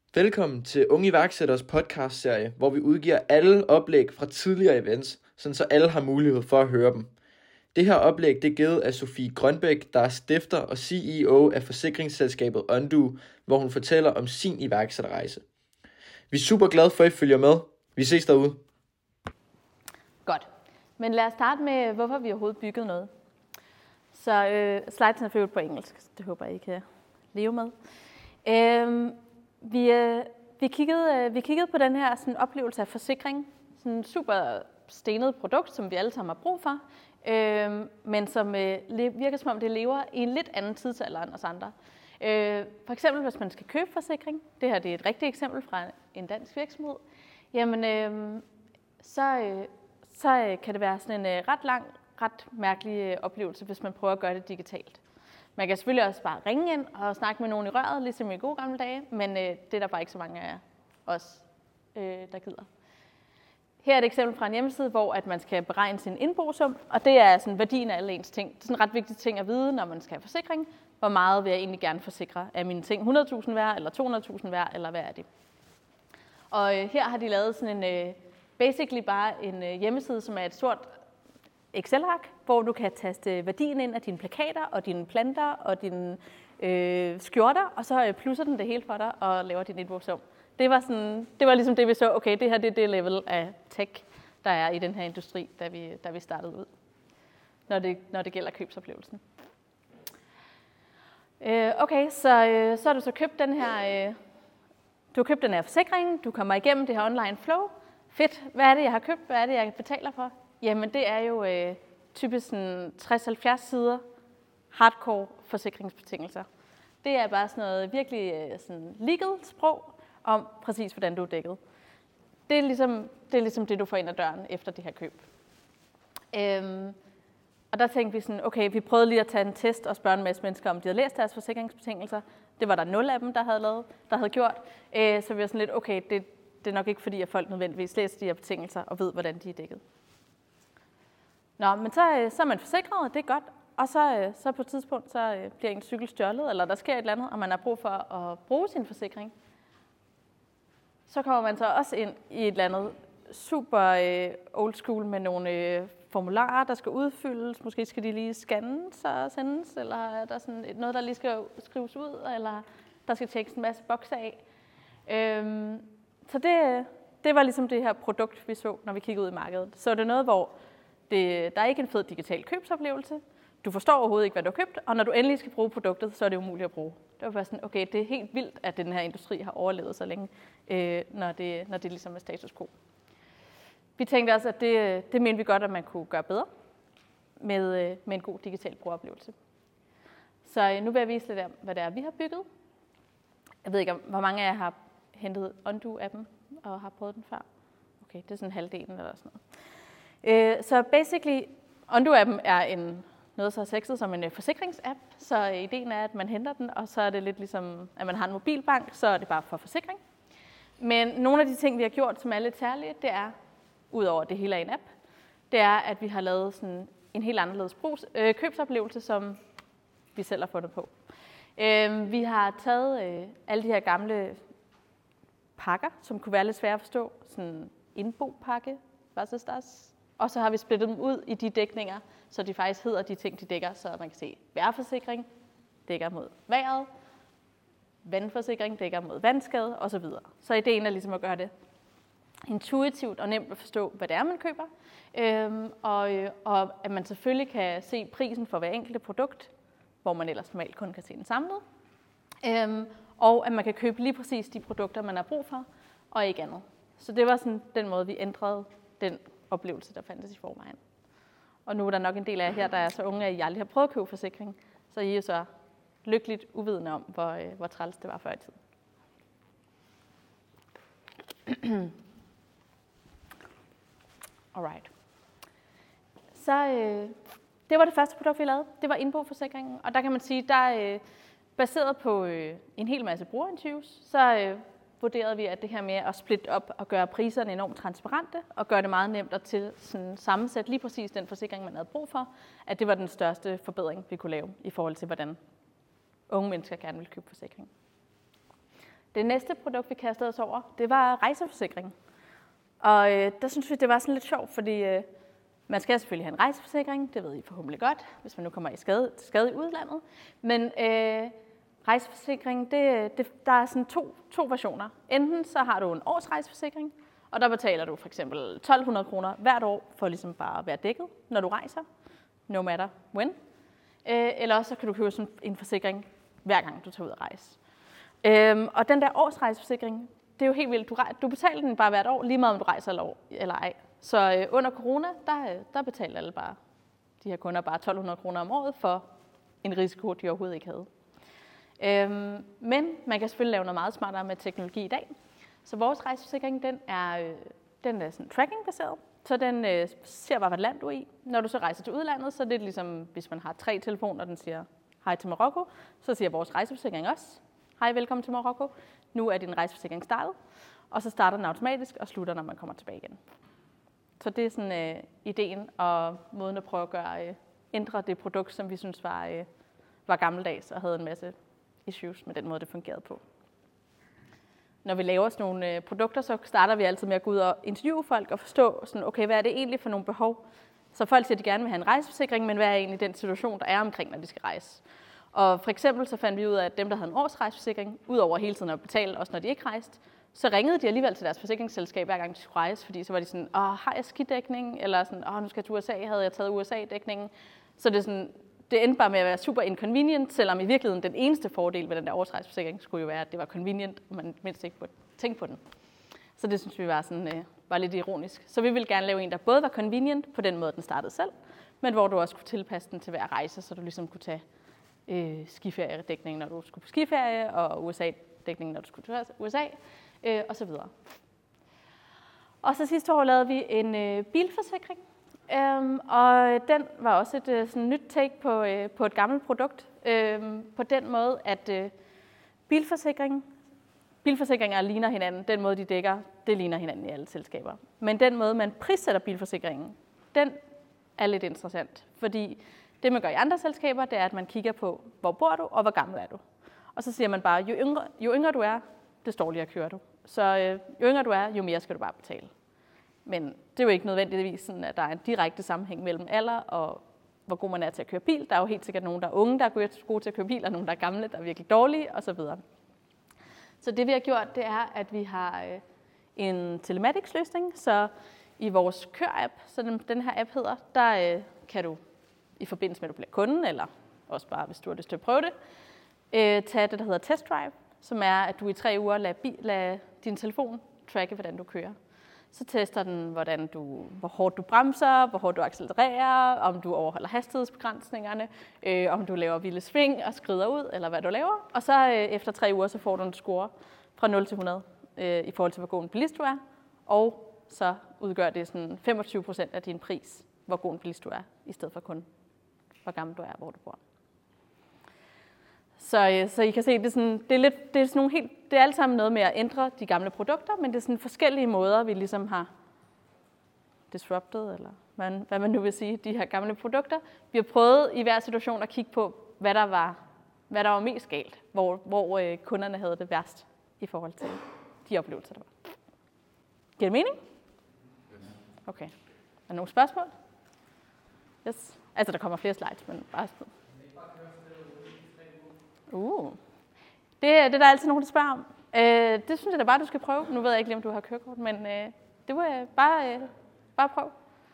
Velkommen til Unge Iværksætteres podcastserie, hvor vi udgiver alle oplæg fra tidligere events, så alle har mulighed for at høre dem. Det her oplæg det er givet af Sofie Grønbæk, der er stifter og CEO af forsikringsselskabet Undo, hvor hun fortæller om sin iværksætterrejse. Vi er super glade for, at I følger med. Vi ses derude. Godt. Men lad os starte med, hvorfor vi overhovedet byggede noget. Så slidesen er ført på engelsk. Det håber jeg, I kan leve med. Vi kiggede på den her sådan, oplevelse af forsikring. Sådan et super stenet produkt, som vi alle sammen har brug for. Men som virker som om det lever i en lidt anden tidsalder end os andre. For eksempel hvis man skal købe forsikring. Det her det er et rigtigt eksempel fra en dansk virksomhed. Jamen, så kan det være sådan en ret mærkelig oplevelse, hvis man prøver at gøre det digitalt. Man kan selvfølgelig også bare ringe ind og snakke med nogen i røret, ligesom i gode gamle dage, men det er der bare ikke så mange af os, der gider. Her er et eksempel fra en hjemmeside, hvor at man skal beregne sin indbosum, og det er sådan værdien af alle ens ting. Det er sådan en ret vigtig ting at vide, når man skal have forsikring. Hvor meget vil jeg egentlig gerne forsikre? Er mine ting 100.000 værd, eller 200.000 værd, eller hvad er det? Og her har de lavet sådan en, basically bare en hjemmeside, som er et stort Excel-ark, hvor du kan taste værdien ind af dine plakater, og dine planter, og dine skjorter, og så plusser den det hele for dig, og laver din indbosum. Det var ligesom det, vi så, okay, det her det er det level af tech, der er i den her industri, da vi startede ud, når det gælder købsoplevelsen. Okay, så har du så købt den her, forsikring, du kommer igennem det her online flow. Fedt, hvad er det, jeg har købt, hvad er det, jeg betaler for? Jamen, det er jo typisk sådan 60-70 sider hardcore forsikringsbetingelser. Det er bare sådan noget virkelig sådan legal sprog om præcis, hvordan du er dækket. Det er ligesom det, du får ind ad døren efter det her køb. Og der tænkte vi sådan, okay, vi prøvede lige at tage en test og spørge en masse mennesker, om de havde læst deres forsikringsbetingelser. Det var der 0 af dem, der havde gjort. Så vi var sådan lidt, okay, det er nok ikke fordi, at folk nødvendigvis læser de her betingelser og ved, hvordan de er dækket. Nå, men så er man forsikret, og det er godt. Og så på et tidspunkt, så bliver en cykel stjålet, eller der sker et eller andet, og man har brug for at bruge sin forsikring. Så kommer man så også ind i et eller andet super old school med nogle formularer, der skal udfyldes. Måske skal de lige scannes og sendes, eller er der sådan noget, der lige skal skrives ud, eller der skal tjekkes en masse bokse af. Så det var ligesom det her produkt, vi så, når vi kiggede ud i markedet. Så det er noget, hvor der er ikke en fed digital købsoplevelse. Du forstår overhovedet ikke, hvad du har købt, og når du endelig skal bruge produktet, så er det umuligt at bruge. Det var bare sådan, okay, det er helt vildt, at den her industri har overlevet så længe, når det ligesom er status quo. Vi tænkte også, at det mente vi godt, at man kunne gøre bedre med en god digital brugeroplevelse. Så nu vil jeg vise lidt af, hvad det er, vi har bygget. Jeg ved ikke, hvor mange af jer har hentet Undo-appen og har prøvet den før. Okay, det er sådan halvdelen eller sådan noget. Så basically, Undo-appen er noget så sexet som en forsikringsapp. Så ideen er, at man henter den, og så er det lidt ligesom, at man har en mobilbank, så er det bare for forsikring. Men nogle af de ting, vi har gjort, som er lidt særlige, det er, udover det hele er en app, det er, at vi har lavet sådan en helt anderledes købsoplevelse, som vi selv har fundet på. Vi har taget alle de her gamle pakker, som kunne være lidt svære at forstå, sådan indbopakke, og så har vi splittet dem ud i de dækninger, så de faktisk hedder de ting, de dækker, så man kan se vejrforsikring dækker mod vejret, vandforsikring dækker mod vandskade osv. Så ideen er ligesom at gøre det intuitivt og nemt at forstå, hvad det er, man køber, og at man selvfølgelig kan se prisen for hver enkelte produkt, hvor man ellers normalt kun kan se den samlet, og at man kan købe lige præcis de produkter, man har brug for, og ikke andet. Så det var sådan den måde, vi ændrede den oplevelse, der fandtes i forvejen. Og nu er der nok en del af jer her, der er så unge, at I aldrig har prøvet at købe forsikring, så I er så lykkeligt uvidende om, hvor træls det var før i tiden. Alright. Så det var det første produkt, vi lavede. Det var indboforsikringen. Og der kan man sige, der baseret på en hel masse brugerinterviews, så vurderede vi, at det her med at splitte op og gøre priserne enormt transparente, og gøre det meget nemt at til sådan sammensætte lige præcis den forsikring, man havde brug for, at det var den største forbedring, vi kunne lave i forhold til, hvordan unge mennesker gerne vil købe forsikring. Det næste produkt, vi kastede os over, det var rejseforsikring. Og der synes vi, det var sådan lidt sjovt, fordi man skal selvfølgelig have en rejseforsikring, det ved I forhåbentlig godt, hvis man nu kommer i skade i udlandet. Men rejseforsikring, der er sådan to versioner. Enten så har du en års rejseforsikring, og der betaler du for eksempel 1.200 kroner hvert år for ligesom bare at være dækket, når du rejser, no matter when. Eller også så kan du købe sådan en forsikring, hver gang du tager ud at rejse. Og den der årsrejseforsikring, det er jo helt vildt. Du betaler den bare hvert år, lige meget om du rejser eller ej. Så under corona, der betalte alle bare, de her kunder bare 1.200 kroner om året for en risiko, de overhovedet ikke havde. Men man kan selvfølgelig lave noget meget smartere med teknologi i dag. Så vores rejseforsikring, den er sådan tracking-baseret. Så den ser bare, hvad land du er i. Når du så rejser til udlandet, så er det ligesom, hvis man har 3 telefoner, og den siger hej til Marokko, så siger vores rejseforsikring også, hej, velkommen til Marokko. Nu er din rejseforsikring startet, og så starter den automatisk og slutter, når man kommer tilbage igen. Så det er sådan ideen og måden at prøve at ændre det produkt, som vi synes var gammeldags og havde en masse issues med den måde, det fungerede på. Når vi laver sådan nogle produkter, så starter vi altid med at gå ud og interviewe folk og forstå, sådan, okay, hvad er det egentlig for nogle behov? Så folk siger, at de gerne vil have en rejseforsikring, men hvad er egentlig den situation, der er omkring, når de skal rejse? Og for eksempel så fandt vi ud af, at dem, der havde en års rejseforsikring, udover hele tiden at betale, også når de ikke rejste, så ringede de alligevel til deres forsikringsselskab, hver gang de skulle rejse, fordi så var de sådan, har jeg skidækning? Eller sådan, nu skal jeg til USA, havde jeg taget USA-dækningen? Så det endte bare med at være super inconvenient, selvom i virkeligheden den eneste fordel ved den der årsrejseforsikring skulle jo være, at det var convenient, og man mindst ikke burde tænke på den. Så det synes vi var lidt ironisk. Så vi ville gerne lave en, der både var convenient på den måde, den startede selv, men hvor du også kunne tilpasse den til hver rejse, så du ligesom kunne tage skiferiedækning, når du skulle på skiferie, og USA-dækning, når du skulle til USA, og så videre. Og så sidste år lavede vi en bilforsikring, og den var også et sådan nyt take på et gammelt produkt, på den måde, at bilforsikringer ligner hinanden. Den måde, de dækker, det ligner hinanden i alle selskaber. Men den måde, man prissætter bilforsikringen, den er lidt interessant, fordi det, man gør i andre selskaber, det er, at man kigger på, hvor bor du, og hvor gammel er du. Og så siger man bare, jo yngre du er, des dårligere kører du. Så jo yngre du er, jo mere skal du bare betale. Men det er jo ikke nødvendigvis sådan, at der er en direkte sammenhæng mellem alder og hvor god man er til at køre bil. Der er jo helt sikkert nogen, der er unge, der er gode til at køre bil, og nogen, der er gamle, der er virkelig dårlige, osv. Så det, vi har gjort, det er, at vi har en telematics-løsning. Så i vores kør-app, så den her app hedder, der kan du i forbindelse med, at du bliver kunden, eller også bare, hvis du har lyst til at prøve det, tage det, der hedder test drive, som er, at du i 3 uger lader din telefon tracke, hvordan du kører. Så tester den, hvor hårdt du bremser, hvor hårdt du accelererer, om du overholder hastighedsbegrænsningerne, om du laver vilde sving og skrider ud, eller hvad du laver. Og så efter 3 uger, så får du en score fra 0 til 100 i forhold til, hvor god en bilist du er. Og så udgør det sådan 25% af din pris, hvor god en bilist du er, i stedet for kun, hvor gammel du er, hvor du bor. Så I kan se, det er alt sammen noget med at ændre de gamle produkter, men det er sådan forskellige måder, vi ligesom har disrupted, eller hvad man nu vil sige, de her gamle produkter. Vi har prøvet i hver situation at kigge på, hvad der var mest galt, hvor kunderne havde det værst i forhold til de oplevelser, der var. Giver det mening? Okay. Er der nogle spørgsmål? Yes. Altså, der kommer flere slides, men bare sådan. Det er der altid nogen, der spørger om. Det synes jeg da bare, du skal prøve. Nu ved jeg ikke lige, om du har kørekort, men det må bare prøve.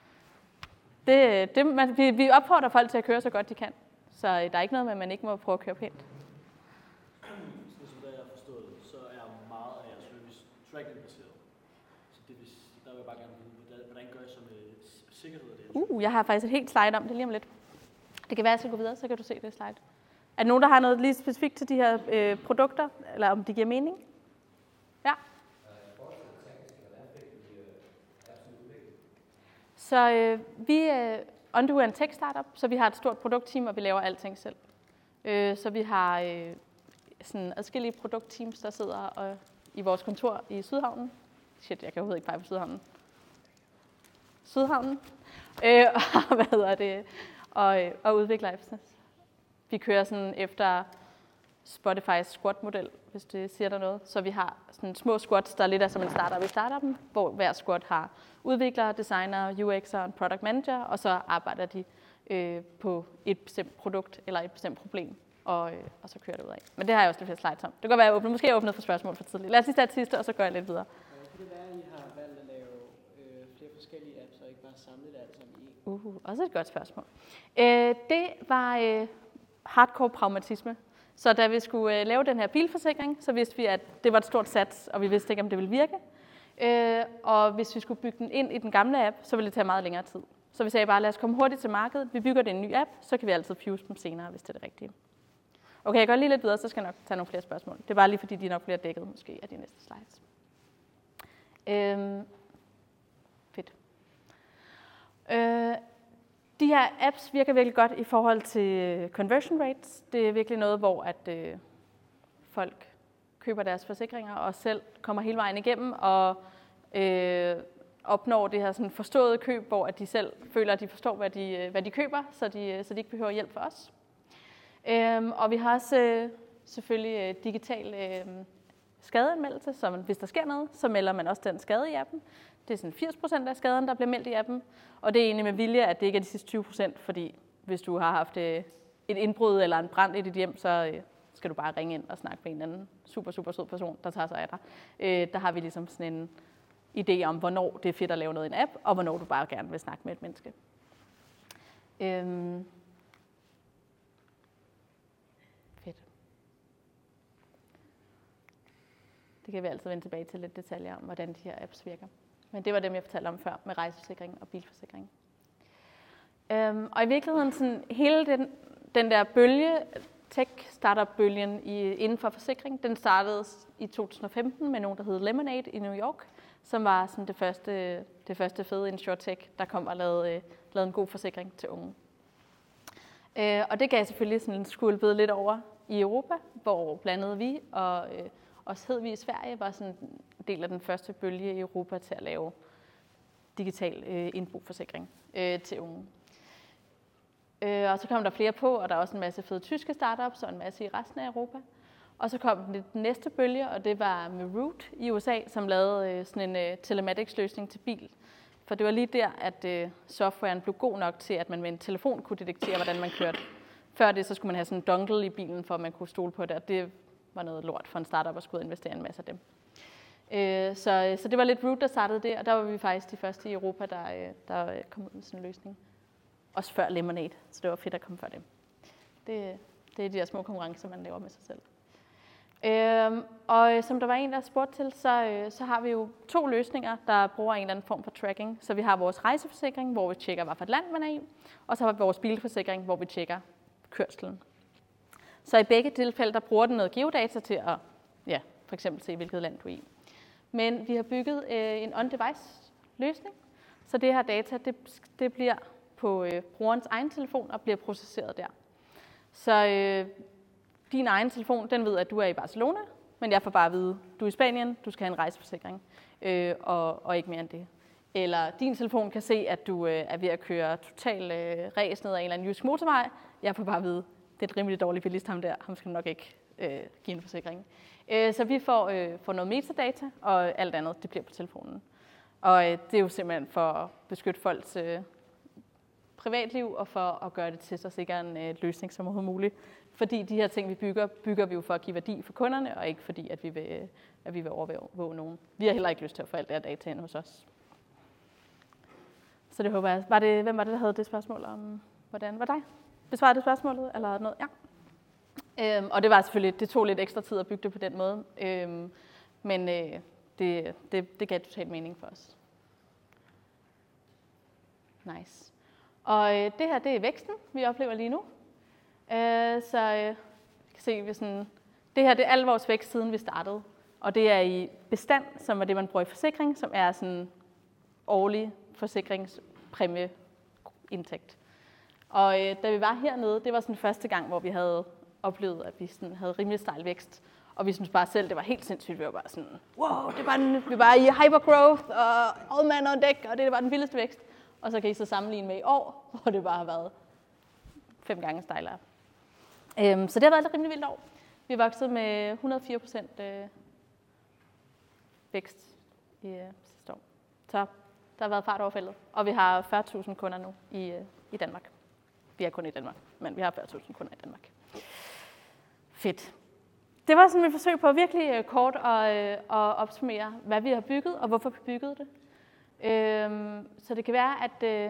Vi opfordrer folk til at køre så godt de kan. Så der er ikke noget med, at man ikke må prøve at køre pænt. Som jeg har forstået, så er meget af jeres service tracking-baseret. Så der vil jeg bare gerne vide, hvordan gør I så med sikkerhed? Jeg har faktisk et helt slide om det lige om lidt. Det kan være, at jeg skal gå videre, så kan du se det slide. Er der nogen, der har noget lige specifikt til de her produkter, eller om det giver mening? Ja. Så vi Ondu er en tech-startup, så vi har et stort produktteam, og vi laver alting selv. Så vi har sådan adskillige produktteams, der sidder i vores kontor i Sydhavnen. Jeg kan overhovedet ikke pege på Sydhavnen. Og udvikler apps. Vi kører sådan efter Spotify's squad-model, hvis det siger der noget. Så vi har sådan små squads, der er lidt af som en startup i startupen, hvor hver squad har udviklere, designere, UX'er og en product manager, og så arbejder de på et bestemt produkt eller et bestemt problem, og så kører det ud af. Men det har jeg også lidt flere slides om. Det kan godt være, at jeg måske åbnet for spørgsmål for tidligt. Lad os lige starte sidste, og så gør jeg lidt videre. Kan det være, at I har valgt at lave flere forskellige apps, og ikke bare samle det alt sammen i? Også et godt spørgsmål. Det var hardcore pragmatisme. Så da vi skulle lave den her bilforsikring, så vidste vi, at det var et stort sats, og vi vidste ikke, om det ville virke. Og hvis vi skulle bygge den ind i den gamle app, så ville det tage meget længere tid. Så vi sagde bare, lad os komme hurtigt til markedet. Vi bygger det en ny app, så kan vi altid fuse dem senere, hvis det er det rigtige. Okay, jeg går lige lidt videre, så skal jeg nok tage nogle flere spørgsmål. Det er bare lige, fordi de nok bliver dækket måske af de næste slides. Fedt. De her apps virker virkelig godt i forhold til conversion rates. Det er virkelig noget, hvor at folk køber deres forsikringer og selv kommer hele vejen igennem og opnår det her sådan forståede køb, hvor at de selv føler, at de forstår, hvad de køber, så de ikke behøver hjælp fra os. Og vi har også selvfølgelig digital skadeanmeldelse, så hvis der sker noget, så melder man også den skade i appen. Det er sådan 80% af skaden, der bliver meldt i appen, og det er egentlig med vilje, at det ikke er de sidste 20%, fordi hvis du har haft et indbrud eller en brand i dit hjem, så skal du bare ringe ind og snakke med en anden super sød person, der tager sig af dig. Der har vi ligesom sådan en idé om, hvornår det er fedt at lave noget i en app, og hvornår du bare gerne vil snakke med et menneske. Fedt. Det kan vi altid vende tilbage til lidt detaljer om, hvordan de her apps virker. Men det var dem, jeg fortalte om før med rejseforsikring og bilforsikring. Og i virkeligheden, sådan, hele den der bølge, tech-startup-bølgen inden for forsikring, den startede i 2015 med nogen, der hed Lemonade i New York, som var sådan det første fede insurtech, der kom og lavede en god forsikring til unge. Og det gav selvfølgelig sådan en skvulpede lidt over i Europa, hvor blandede vi, og også hed vi i Sverige, var sådan en del af den første bølge i Europa til at lave digital indboforsikring til unge. Og så kom der flere på, og der er også en masse fede tyske startups og en masse i resten af Europa. Og så kom den næste bølge, og det var med Root i USA, som lavede sådan en telematics-løsning til bil. For det var lige der, at softwaren blev god nok til, at man med en telefon kunne detektere, hvordan man kørte. Før det, så skulle man have sådan en dongle i bilen, for at man kunne stole på det, og det var noget lort for en startup at skulle investere en masse af dem. Så det var lidt Root, der startede det, og der var vi faktisk de første i Europa, der kom ud med sådan en løsning. Også før Lemonade, så det var fedt at komme før dem. Det er de der små konkurrencer, man laver med sig selv. Og som der var en, der spurgte til, så har vi jo 2 løsninger, der bruger en eller anden form for tracking. Så vi har vores rejseforsikring, hvor vi tjekker, hvad for et land man er i, og så har vi vores bilforsikring, hvor vi tjekker kørslen. Så i begge tilfælde, der bruger den noget geodata til at for eksempel se, hvilket land du er i. Men vi har bygget en on-device løsning, så det her data, det bliver på brugerens egen telefon og bliver processeret der. Så din egen telefon, den ved, at du er i Barcelona, men jeg får bare at vide, du er i Spanien, du skal have en rejseforsikring, og ikke mere end det. Eller din telefon kan se, at du er ved at køre total ræs ned ad en eller anden jysk motorvej. Jeg får bare at vide, det er et rimelig dårligt bilist, ham der, ham skal nok ikke give en forsikring. Så vi får noget metadata, og alt andet, det bliver på telefonen. Og det er jo simpelthen for at beskytte folks privatliv, og for at gøre det til så sikker en løsning som overhovedet muligt. Fordi de her ting, vi bygger vi jo for at give værdi for kunderne, og ikke fordi, at vi vil overvåge nogen. Vi har heller ikke lyst til at få alt det her data ind hos os. Så det håber jeg. Hvem var det, der havde det spørgsmål om, hvordan var dig? Besvarede det spørgsmålet, eller noget? Ja. Og det var selvfølgelig, det tog lidt ekstra tid at bygge det på den måde. Men det gav totalt mening for os. Nice. Og det her, det er væksten, vi oplever lige nu. Så kan se, det her, det er al vores vækst, siden vi startede. Og det er i bestand, som er det, man bruger i forsikring, som er sådan årlig forsikringspræmieindtægt. Og da vi var hernede, det var sådan første gang, hvor vi havde oplevet, at vi sådan havde rimelig stejl vækst. Og vi synes bare selv, det var helt sindssygt. Vi var bare sådan, wow, vi var i hypergrowth, og old man on deck, og det var den vildeste vækst. Og så kan I så sammenligne med i år, hvor det bare har været 5 gange stejlere. Så det har været et rimelig vildt år. Vi er vokset med 104% vækst i sidste år. Så der har været fart over feltet, og vi har 40.000 kunder nu i Danmark. Vi er kun i Danmark, men vi har 40.000 kunder i Danmark. Fedt. Det var sådan et forsøg på virkelig kort at opsummere, hvad vi har bygget, og hvorfor vi byggede det. Så det kan være, at...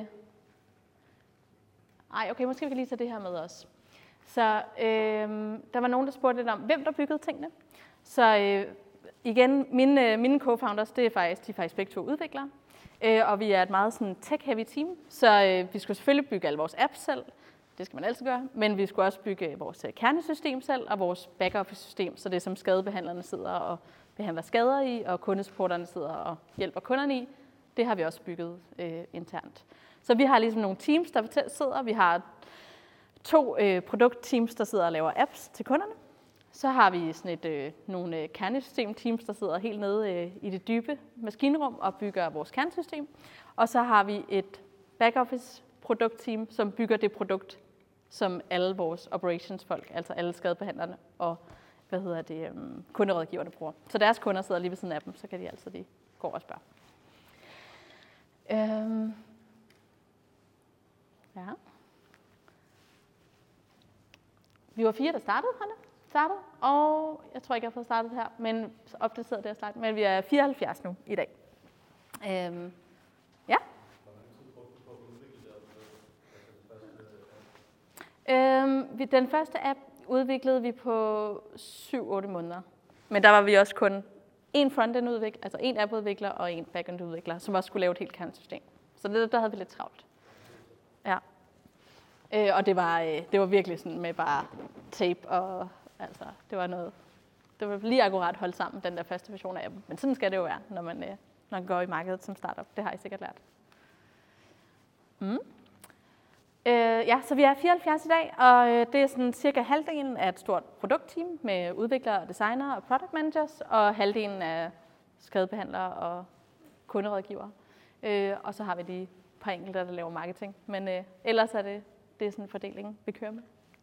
måske vi kan lige tage det her med os. Så der var nogen, der spurgte lidt om, hvem der byggede tingene. Så igen, mine co-founders, de er faktisk begge to udviklere. Og vi er et meget sådan tech-heavy team, så vi skulle selvfølgelig bygge alle vores apps selv. Det skal man altid gøre. Men vi skulle også bygge vores kernesystem selv og vores back-office-system, så det som skadebehandlerne sidder og behandler skader i, og kundesupporterne sidder og hjælper kunderne i, det har vi også bygget internt. Så vi har ligesom nogle teams, der sidder. Vi har 2 produktteams, der sidder og laver apps til kunderne. Så har vi sådan nogle kernesystem-teams, der sidder helt nede i det dybe maskinrum og bygger vores kernesystem. Og så har vi et back-office-produktteam, som bygger det produkt, som alle vores operations-folk, altså alle skadebehandlerne og kunderådgiverne bruger. Så deres kunder sidder lige ved siden af dem, så kan de altid lige gå og spørge. Ja. Vi var 4, der startede. Og jeg tror ikke, jeg har fået startet her, men opdateret det her slide. Men vi er 74 nu i dag. Ja. Den første app udviklede vi på 7-8 måneder. Men der var vi også kun en frontend-udvikler, altså en app-udvikler og en backend-udvikler, som også skulle lave et helt kernesystem. Så der havde vi lidt travlt. Ja. Og det var virkelig sådan med bare tape og altså det var lige akkurat holdt sammen den der første version af appen. Men sådan skal det jo være, når man går i markedet som startup. Det har I sikkert lært. Så vi er 74 i dag, og det er sådan cirka halvdelen af et stort produktteam med udviklere, designere og product managers, og halvdelen af skadebehandlere og kunderådgivere. Og så har vi lige et par enkelte, der laver marketing. Men ellers er det er sådan en fordeling, vi kører med.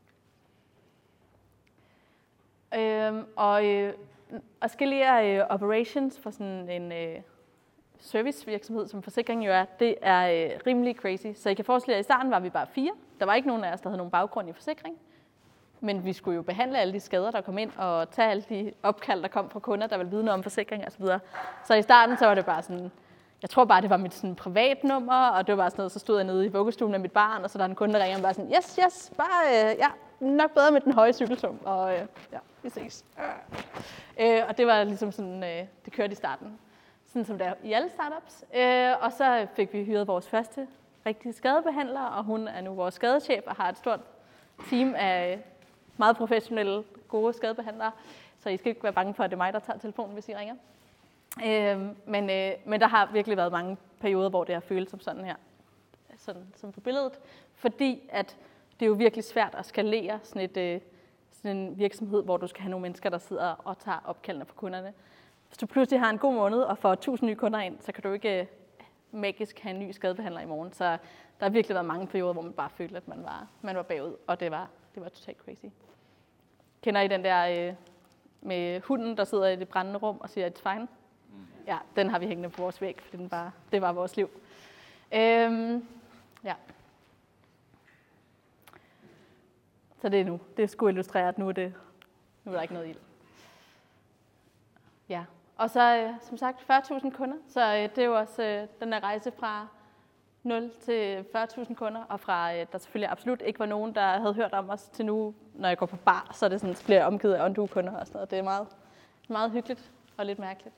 Og skille operations for sådan en servicevirksomhed, som forsikring jo er, det er rimelig crazy. Så I kan forestille jer, at i starten var vi bare 4. Der var ikke nogen af os, der havde nogen baggrund i forsikring. Men vi skulle jo behandle alle de skader, der kom ind, og tage alle de opkald, der kom fra kunder, der ville vide noget om forsikring osv. Så i starten så var det bare sådan, jeg tror bare, det var mit sådan privatnummer, og det var bare sådan noget, så stod jeg nede i vuggestuen med mit barn, og så der en kunde, der ringer og bare sådan, yes, bare, nok bedre med den høje cykelsum, og vi ses. Og det var ligesom sådan, det kørte i starten, sådan som det er i alle startups. Og så fik vi hyret vores første rigtige skadebehandler, og hun er nu vores skadechef og har et stort team af meget professionelle, gode skadebehandlere. Så I skal ikke være bange for, at det er mig, der tager telefonen, hvis I ringer. Men der har virkelig været mange perioder, hvor det har følt som sådan her, sådan som på billedet, fordi at det er jo virkelig svært at skalere sådan en virksomhed, hvor du skal have nogle mennesker, der sidder og tager opkaldene fra kunderne. Hvis du pludselig har en god måned og får 1000 nye kunder ind, så kan du ikke magisk have en ny skadebehandler i morgen. Så der har virkelig været mange perioder, hvor man bare følte, at man var bagud, og det var totalt crazy. Kender I den der med hunden, der sidder i det brændende rum og siger, it's fine? Ja, den har vi hængende på vores væg, fordi det var vores liv. Ja. Så det er nu. Det skulle illustrere, at nu er der ikke noget ild. Ja, og så som sagt 40.000 kunder, så det er jo også den der rejse fra 0 til 40.000 kunder, og fra der selvfølgelig absolut ikke var nogen, der havde hørt om os, til nu, når jeg går på bar, så er det sådan, bliver jeg omgivet af undo-kunder og sådan noget. Det er meget, meget hyggeligt og lidt mærkeligt.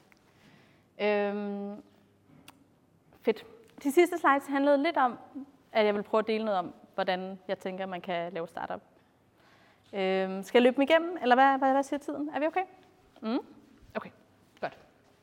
Fedt. De sidste slides handlede lidt om, at jeg vil prøve at dele noget om, hvordan jeg tænker, man kan lave startup. Skal jeg løbe dem igennem, eller hvad siger tiden? Er vi okay? Okay, godt.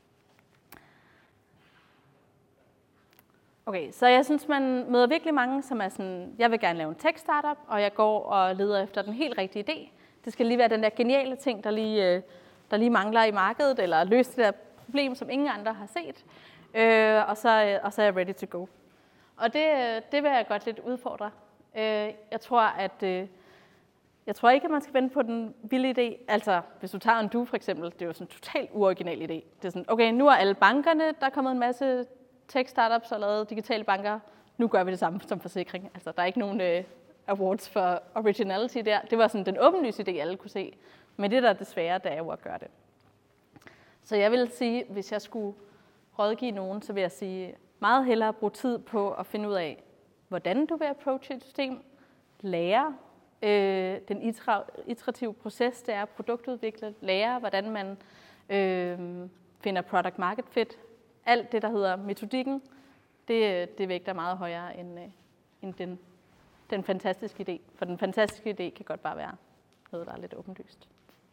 Okay, så jeg synes, man møder virkelig mange, som er sådan, jeg vil gerne lave en tech-startup, og jeg går og leder efter den helt rigtige idé. Det skal lige være den der geniale ting, der lige mangler i markedet, eller løse det der problem, som ingen andre har set. Og så er jeg ready to go. Og det vil jeg godt lidt udfordre. Jeg tror, at Jeg tror ikke, at man skal vente på den vilde idé. Altså, hvis du tager Undo for eksempel, det er jo sådan en totalt uoriginal idé. Det er sådan, okay, nu er alle bankerne, der er kommet en masse tech-startups og lavet digitale banker. Nu gør vi det samme som forsikring. Altså, der er ikke nogen awards for originality der. Det var sådan den åbenlyse idé, alle kunne se. Men det, der er desværre, det er jo at gøre det. Så jeg vil sige, hvis jeg skulle rådgive nogen, så vil jeg sige, meget hellere bruge tid på at finde ud af, hvordan du vil approache et system, lære den iterative proces, det er at produktudvikle, lære, hvordan man finder product market fit. Alt det, der hedder metodikken, det vægter meget højere end den fantastiske idé. For den fantastiske idé kan godt bare være noget, der er lidt åbenlyst.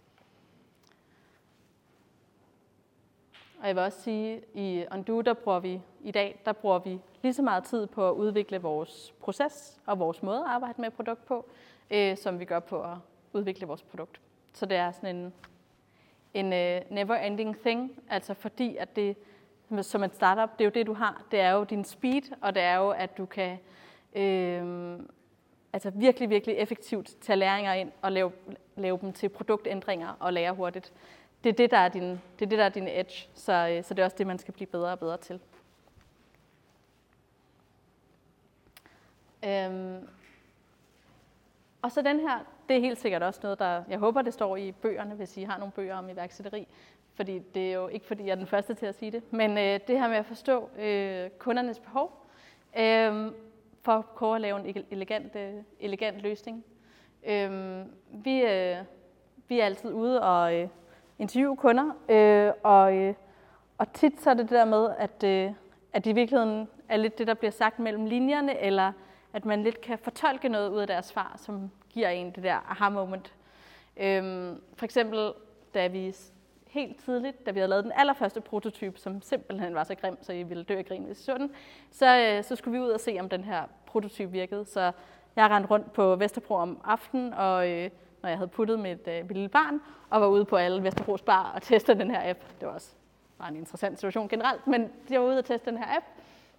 Og jeg vil også sige, i Undo, der bruger vi lige så meget tid på at udvikle vores proces og vores måde at arbejde med et produkt på, som vi gør på at udvikle vores produkt. Så det er sådan en never-ending thing, altså fordi at det, som en startup, det er jo det, du har. Det er jo din speed, og det er jo, at du kan altså virkelig, virkelig effektivt tage læringer ind og lave dem til produktændringer og lære hurtigt. Det er det, der er din edge, så det er også det, man skal blive bedre og bedre til. Og så den her, det er helt sikkert også noget, der, jeg håber, det står i bøgerne, hvis I har nogle bøger om iværksætteri, fordi det er jo ikke, fordi jeg er den første til at sige det, men det her med at forstå kundernes behov, for at prøve at lave en elegant løsning. Vi er altid ude og interviewe kunder, og tit så er det der med, at i virkeligheden er lidt det, der bliver sagt mellem linjerne, eller at man lidt kan fortolke noget ud af deres svar, som giver en det der aha-moment. For eksempel, da vi helt tidligt, da vi havde lavet den allerførste prototype, som simpelthen var så grim, så I ville dø af grin, hvis I så den, så skulle vi ud og se, om den her prototype virkede. Så jeg rendte rundt på Vesterbro om aftenen, og når jeg havde puttet mit lille barn, og var ude på alle Vesterbros bar og testede den her app. Det var også bare en interessant situation generelt, men jeg var ude og teste den her app.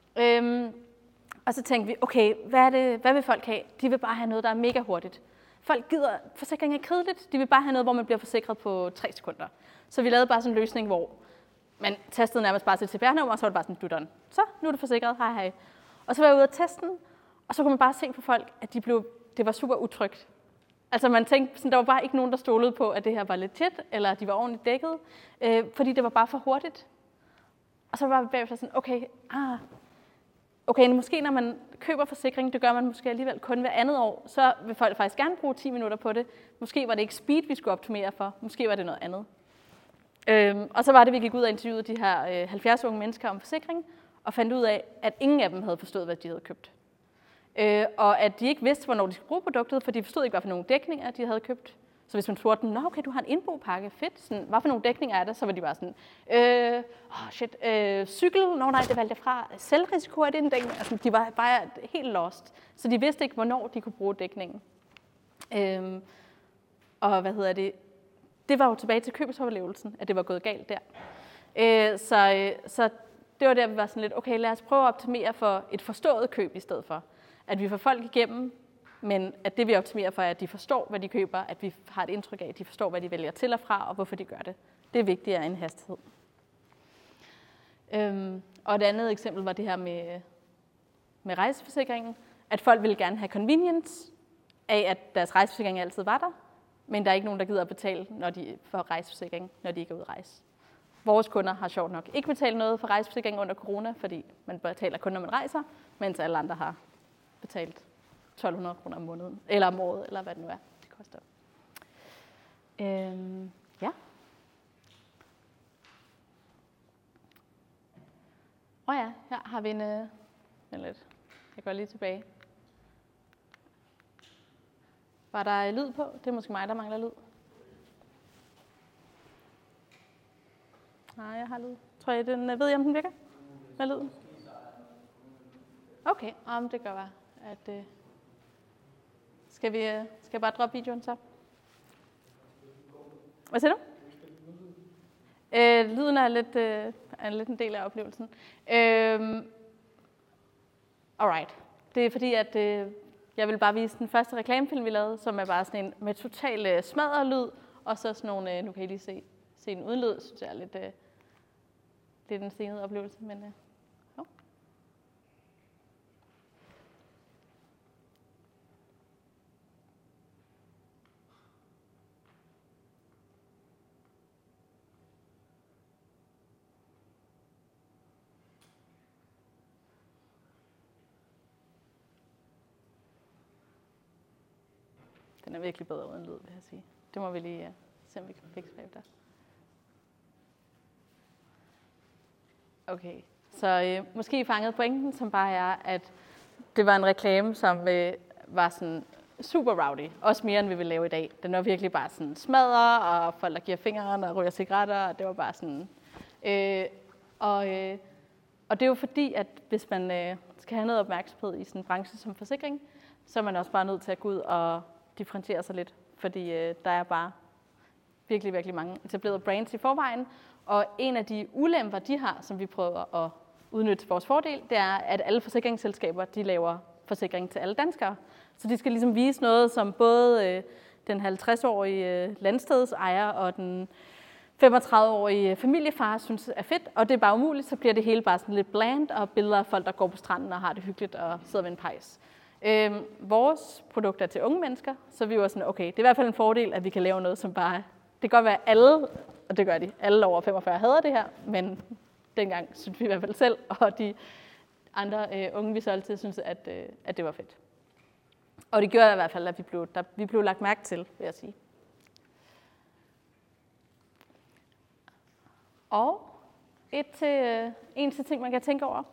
Og så tænkte vi, okay, hvad vil folk have? De vil bare have noget, der er mega hurtigt. Folk gider, forsikring er kedeligt, de vil bare have noget, hvor man bliver forsikret på 3 sekunder. Så vi lavede bare sådan en løsning, hvor man testede nærmest bare sit CPR-nummer, og så var det bare sådan, du done. Så, nu er du forsikret, hej hej. Og så var jeg ude og teste den, og så kunne man bare se på folk, at det var super utrygt. Altså man tænkte, sådan, der var bare ikke nogen, der stolede på, at det her var legit, eller at de var ordentligt dækket, fordi det var bare for hurtigt. Og så var vi bagefter sådan, okay, måske når man køber forsikring, det gør man måske alligevel kun hver andet år, så vil folk faktisk gerne bruge 10 minutter på det. Måske var det ikke speed, vi skulle optimere for, måske var det noget andet. Og så var det, vi gik ud og interviewede de her 70 unge mennesker om forsikring, og fandt ud af, at ingen af dem havde forstået, hvad de havde købt. Og at de ikke vidste, hvornår de skulle bruge produktet, for de forstod ikke, hvad for nogle dækninger de havde købt. Så hvis man spurgte dem, okay, du har en indbopakke, fedt, sådan, hvad for nogle dækninger er det? Så var de bare sådan, cykel, nej, det valgte jeg fra, selvrisiko er det en dækning. Altså, de var bare helt lost, så de vidste ikke, hvornår de kunne bruge dækningen. Og det var jo tilbage til købsoverlevelsen, at det var gået galt der. Så det var der, vi var sådan lidt, okay, lad os prøve at optimere for et forstået køb i stedet for. At vi får folk igennem, men at det vi optimerer for, er, at de forstår, hvad de køber, at vi har et indtryk af, at de forstår, hvad de vælger til og fra, og hvorfor de gør det. Det er vigtigere end hastighed. Og et andet eksempel var det her med rejseforsikringen, at folk ville gerne have convenience af, at deres rejseforsikring altid var der, men der er ikke nogen, der gider at betale for rejseforsikring, når de ikke er ude at rejse. Vores kunder har sjovt nok ikke betalt noget for rejseforsikring under corona, fordi man betaler kun, når man rejser, mens alle andre har betalt 1.200 kroner om måneden, eller om året, eller hvad det nu er, det koster. Ja. Ja, her har vi lidt. Jeg går lige tilbage. Var der lyd på? Det er måske mig, der mangler lyd. Nej, jeg har lyd. Tror jeg, ved jeg, om den virker? Hvad er lyden? Okay, det gør være, at... Skal jeg bare droppe videoen så? Hvad siger du? Lyden er lidt en del af oplevelsen. Alright. Det er fordi, at jeg vil bare vise den første reklamefilm, vi lavede, som er bare sådan en med total smadrelyd, og så sådan nogle, nu kan I lige se en uden lyd, synes jeg er lidt en stenet oplevelse, men jo. Den er virkelig bedre uden lyd, vil jeg sige. Det må vi lige se, om vi kan fikse bagefter. Okay, så måske I fangede pointen, som bare er, at det var en reklame, som var sådan super rowdy. Også mere, end vi vil lave i dag. Den var virkelig bare sådan smadrer, og folk, der giver fingeren og ryger cigaretter, og det var bare sådan... Og det er jo fordi, at hvis man skal have noget opmærksomhed i sådan en branche som forsikring, så er man også bare nødt til at gå ud og differentiere sig lidt, fordi der er bare virkelig, virkelig mange etablerede brands i forvejen. Og en af de ulemper, de har, som vi prøver at udnytte til vores fordel, det er, at alle forsikringsselskaber, de laver forsikring til alle danskere. Så de skal ligesom vise noget, som både den 50-årige landstedsejer og den 35-årige familiefar synes er fedt, og det er bare umuligt, så bliver det hele bare sådan lidt bland, og billeder af folk, der går på stranden og har det hyggeligt og sidder ved en pejs. Vores produkter er til unge mennesker, så vi var sådan, okay, det er i hvert fald en fordel, at vi kan lave noget, som bare... Det kan godt være alle, og det gør de, alle over 45 hader det her, men dengang synes vi i hvert fald selv, og de andre unge, vi solgte til, synes, at det var fedt. Og det gjorde i hvert fald, at vi blev lagt mærke til, vil jeg sige. Og en til ting, man kan tænke over.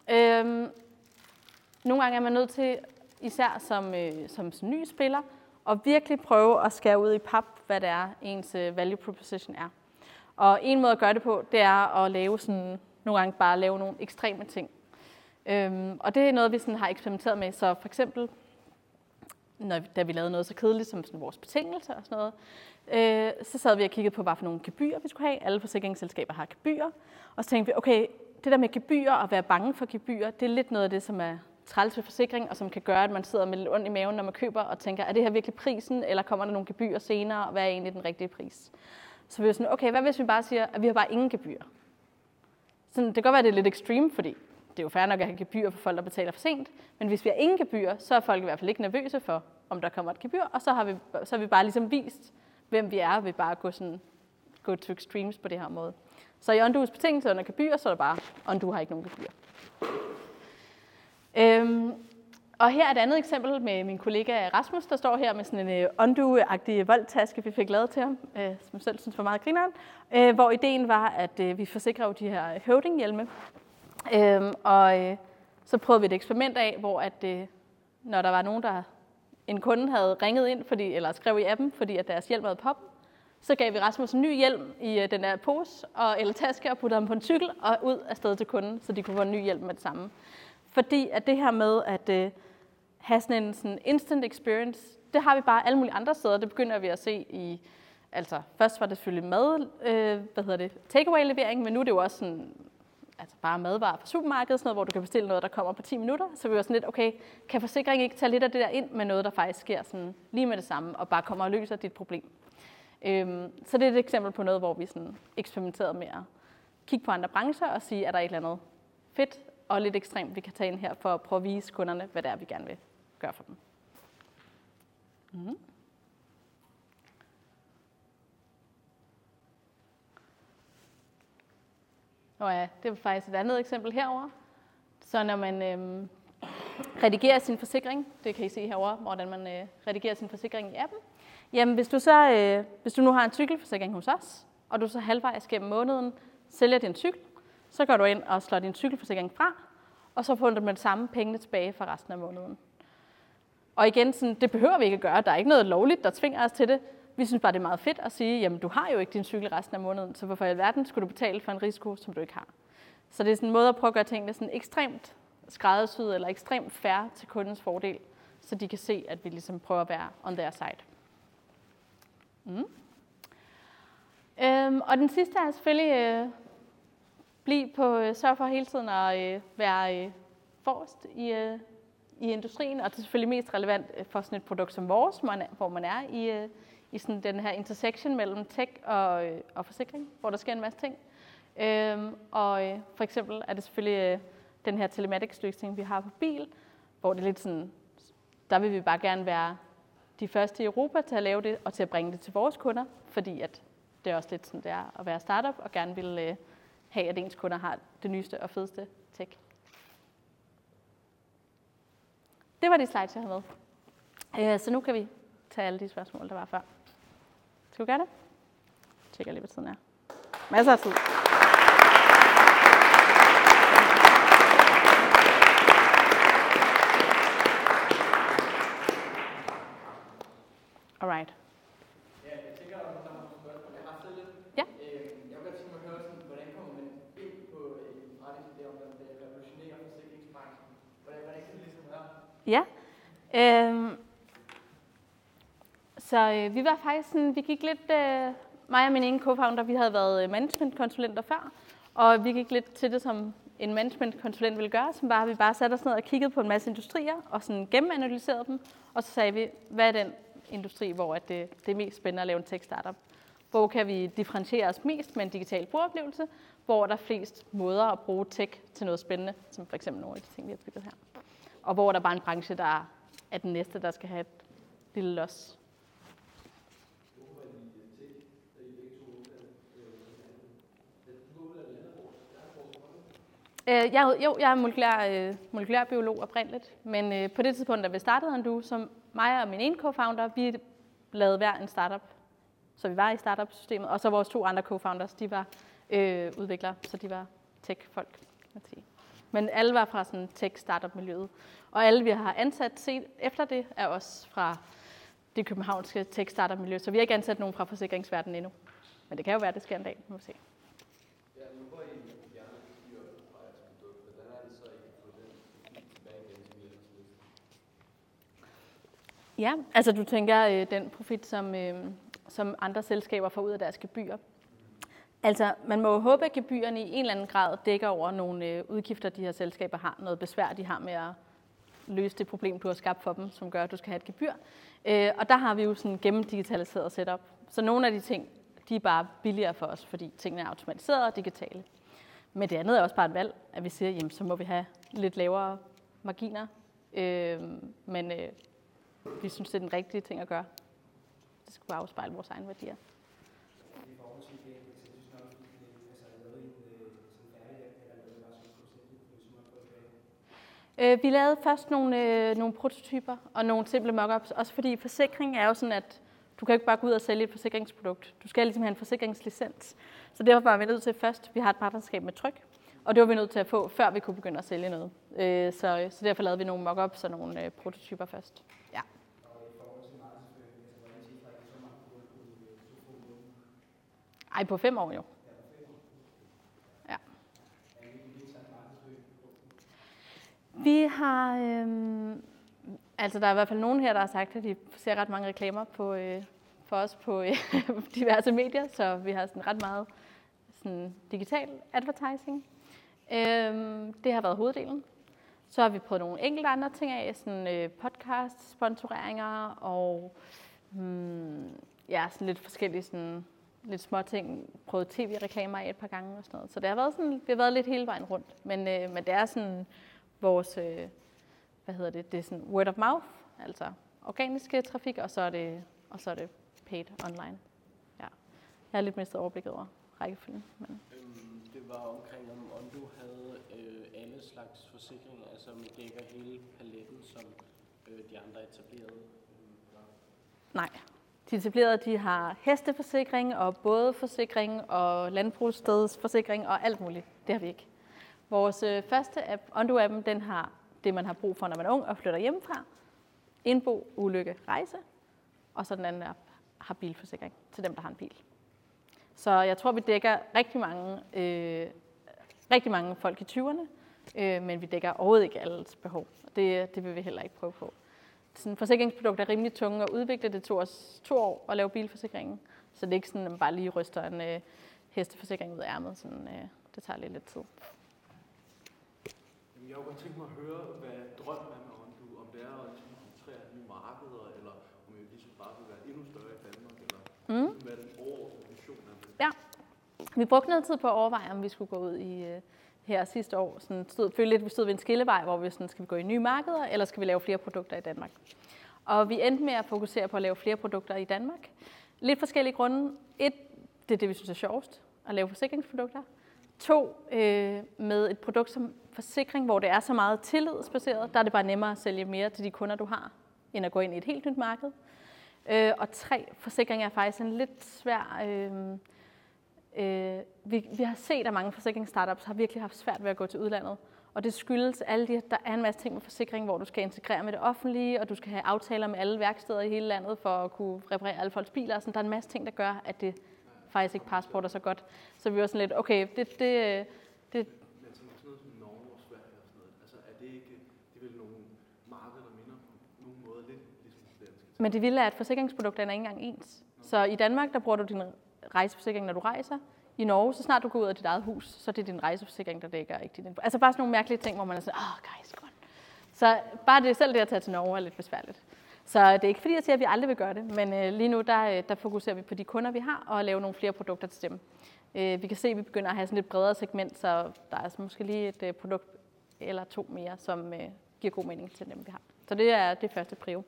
Nogle gange er man nødt til, især som ny spiller, at virkelig prøve at skære ud i pap, hvad det er, ens value proposition er. Og en måde at gøre det på, det er at lave sådan, nogle gange bare lave nogle ekstreme ting. Og det er noget, vi sådan har eksperimenteret med. Så for eksempel, da vi lavede noget så kedeligt som sådan vores betingelser og sådan noget, så sad vi og kiggede på, hvad for nogle gebyrer vi skulle have. Alle forsikringsselskaber har gebyrer. Og så tænkte vi, okay, det der med gebyrer og være bange for gebyrer, det er lidt noget af det, som er træls ved forsikring, og som kan gøre, at man sidder med lidt ondt i maven, når man køber, og tænker, er det her virkelig prisen, eller kommer der nogle gebyrer senere, og hvad er egentlig den rigtige pris? Så vi var sådan, okay, hvad hvis vi bare siger, at vi har bare ingen gebyrer? Så det kan godt være, at det er lidt extreme, fordi det er jo fair nok at have gebyrer for folk, der betaler for sent, men hvis vi har ingen gebyrer, så er folk i hvert fald ikke nervøse for, om der kommer et gebyr, og så har vi bare ligesom vist, hvem vi er, ved bare at gå to extremes på det her måde. Så i Ondo's betingelser under gebyrer, så er det bare, Ondo har ikke nogen gebyr. Og her er et andet eksempel med min kollega Rasmus, der står her med sådan en Ondo-agtig voldtaske, vi fik lavet til ham, som jeg selv synes var meget grineren, hvor ideen var, at vi forsikrer jo de her høvdinghjelme. Og så prøvede vi et eksperiment af, hvor at, når der var nogen, en kunde havde ringet ind, eller skrev i appen, fordi at deres hjelm havde poppet, så gav vi Rasmus en ny hjelm i den der pose eller taske og puttede ham på en cykel og ud af stedet til kunden, så de kunne få en ny hjelm med det samme. Fordi at det her med at have sådan en instant experience, det har vi bare alle mulige andre steder. Det begynder vi at se i, altså først var det selvfølgelig takeaway-levering, men nu er det jo også sådan, altså bare madvarer fra supermarkedet, sådan noget, hvor du kan bestille noget, der kommer på 10 minutter. Så vi var sådan lidt, okay, kan forsikringen ikke tage lidt af det der ind med noget, der faktisk sker sådan lige med det samme, og bare kommer og løser dit problem? Så det er et eksempel på noget, hvor vi sådan eksperimenterede med at kigge på andre brancher og sige, er der et eller andet fedt og lidt ekstremt, vi kan tage ind her for at prøve at vise kunderne, hvad det er, vi gerne vil gøre for dem. Ja, det er faktisk et andet eksempel herover. Så når man redigerer sin forsikring, det kan I se herover, hvordan man redigerer sin forsikring i appen. Jamen, hvis du nu har en cykelforsikring hos os, og du så halvvejs gennem måneden sælger din cykel, så går du ind og slår din cykelforsikring fra, og så får du med det samme pengene tilbage for resten af måneden. Og igen, sådan, det behøver vi ikke at gøre. Der er ikke noget lovligt, der tvinger os til det. Vi synes bare, det er meget fedt at sige, jamen du har jo ikke din cykel resten af måneden, så hvorfor i alverden skulle du betale for en risiko, som du ikke har? Så det er sådan en måde at prøve at gøre tingene sådan ekstremt skræddersyet eller ekstremt fair til kundens fordel, så de kan se, at vi ligesom prøver at være on their side. Og den sidste er selvfølgelig sørge for hele tiden at være forrest i industrien, og det er selvfølgelig mest relevant for sådan et produkt som vores, hvor man er i sådan den her intersection mellem tech og forsikring, hvor der sker en masse ting. Og for eksempel er det selvfølgelig den her telematics-løsning, vi har på bil, hvor det er lidt sådan, der vil vi bare gerne være de første i Europa til at lave det, og til at bringe det til vores kunder, fordi at det er også lidt sådan, det er at være startup, og gerne vil have, at ens kunder har det nyeste og fedeste tech. Det var de slides, jeg havde med. Så nu kan vi tage alle de spørgsmål, der var før. Skal vi gøre det? Jeg tjekker lige, hvad tiden er. Masser af tid. Alright. Ja, jeg tænker, at der er nogle spørgsmål. Jeg har siddet lidt. Ja. Jeg vil godt tænke mig at høre, sådan, hvordan kommer man ind på en rettighed der, om det revolutionerer forsikringsbranchen? Hvordan kan det ligesom være? Ja. Vi var faktisk sådan, vi gik lidt, mig og min ene co-founder, vi havde været managementkonsulenter før, og vi gik lidt til det, som en managementkonsulent ville gøre, som var, at vi bare satte os ned og kiggede på en masse industrier, og sådan gennemanalyserede dem, og så sagde vi, hvad er den industri, hvor det er mest spændende at lave en tech-startup? Hvor kan vi differentiere os mest med en digital brugeroplevelse, hvor der er flest måder at bruge tech til noget spændende, som for eksempel nogle af de ting, vi har bygget her. Og hvor der bare er en branche, der er den næste, der skal have et lille los. Jeg er molekylærbiolog oprindeligt, men på det tidspunkt, da vi startede Undo, som mig og min ene co-founder, vi lavede hver en startup. Så vi var i startup-systemet, og så vores 2 andre co-founders, de var udviklere, så de var tech-folk, kan man sige. Men alle var fra sådan tech-startup-miljøet. Og alle, vi har ansat set efter det, er også fra det københavnske tech-startup-miljø. Så vi har ikke ansat nogen fra forsikringsverdenen endnu. Men det kan jo være, det sker en dag, må vi se. Ja, altså du tænker den profit, som andre selskaber får ud af deres gebyrer. Altså, man må håbe, at gebyrerne i en eller anden grad dækker over nogle udgifter, de her selskaber har. Noget besvær, de har med at løse det problem, du har skabt for dem, som gør, at du skal have et gebyr. Og der har vi jo sådan gennemdigitaliseret setup. Så nogle af de ting, de er bare billigere for os, fordi tingene er automatiseret og digitale. Men det andet er også bare et valg, at vi siger, jamen, så må vi have lidt lavere marginer. Men vi synes, det er den rigtige ting at gøre. Det skal bare afspejle vores egne værdier. Vi lavede først nogle prototyper og nogle simple mockups, også fordi forsikring er jo sådan, at du kan ikke bare gå ud og sælge et forsikringsprodukt. Du skal ligesom have en forsikringslicens. Så derfor var vi nødt til først, vi har et partnerskab med Tryg, og det var vi nødt til at få, før vi kunne begynde at sælge noget. Så derfor lavede vi nogle mockups og nogle prototyper først. Ja. Ej, på 5 år jo. Ja. Vi har, altså der er i hvert fald nogen her, der har sagt, at de ser ret mange reklamer for os på diverse medier, så vi har sådan ret meget sådan digital advertising. Det har været hoveddelen. Så har vi prøvet nogle enkelte andre ting af, sådan podcast, sponsoreringer og sådan lidt forskellige sådan lidt små ting, prøvet tv-reklamer af et par gange og sådan noget. Så det har været sådan, vi har været lidt hele vejen rundt, men det er sådan vores, det er sådan word of mouth, altså organiske trafik, og så er det paid online. Ja. Jeg har lidt mistet overblikket over rækkefølgen. Men. Det var omkring, om Undo havde alle slags forsikringer, altså om I dækker hele paletten, som de andre etablerede. Nej. De etablerede, de har hesteforsikring og bådeforsikring og landbrugsstedsforsikring og alt muligt. Det har vi ikke. Vores første app, Undo-appen, den har det, man har brug for, når man er ung og flytter hjemmefra. Indbo, ulykke, rejse. Og så den anden app har bilforsikring til dem, der har en bil. Så jeg tror, vi dækker rigtig mange folk i 20'erne, men vi dækker overhovedet ikke alles behov. Det vil vi heller ikke prøve på. Sådan et forsikringsprodukt er rimelig tunge at udvikle. Det tog os 2 år at lave bilforsikringen. Så det er ikke sådan, at man bare lige ryster en hesteforsikring ud af ærmet. Sådan, det tager lidt tid. Jeg kunne godt tænke mig at høre, hvad drømmen er med Undo. det er at ligesom koncentrere nye markeder, eller om vi ligesom bare vil være endnu større i Danmark, eller hvad er den overordnede vision af det? Ja, vi brugte noget tid på at overveje, om vi skulle gå ud i her sidste år. Vi stod ved en skillevej, hvor vi sådan, skal vi gå i nye markeder, eller skal vi lave flere produkter i Danmark? Og vi endte med at fokusere på at lave flere produkter i Danmark. Lidt forskellige grunde. 1, det er det, vi synes er sjovest, at lave forsikringsprodukter. 2, med et produkt som forsikring, hvor det er så meget tillidsbaseret, der er det bare nemmere at sælge mere til de kunder, du har, end at gå ind i et helt nyt marked. Og 3, forsikring er faktisk en lidt svær... Vi har set, at mange forsikringsstartups har virkelig haft svært ved at gå til udlandet. Og det skyldes der er en masse ting med forsikring, hvor du skal integrere med det offentlige, og du skal have aftaler med alle værksteder i hele landet for at kunne reparere alle folks biler. Så der er en masse ting, der gør, at det faktisk ikke passporter så godt. Så vi var sådan lidt, okay, det Men sådan noget som Norge og Sverige og sådan noget, altså er det ikke, det er vel nogle markeder, der minder på nogle måder lidt ligesom det danske? Men det vilde er, at forsikringsprodukterne er ikke engang ens. Så i Danmark, der bruger du din rejseforsikring, når du rejser. I Norge, så snart du går ud af dit eget hus, så er det din rejseforsikring, der dækker, ikke din. Altså bare sådan nogle mærkelige ting, hvor man er sådan, guys, godt. Så bare det selv det at tage til Norge er lidt besværligt. Så det er ikke fordi, jeg siger, at vi aldrig vil gøre det, men lige nu, der fokuserer vi på de kunder, vi har, og lave nogle flere produkter til dem. Vi kan se, at vi begynder at have sådan et bredere segment, så der er måske lige et produkt eller 2 mere, som giver god mening til dem, vi har. Så det er det første prio.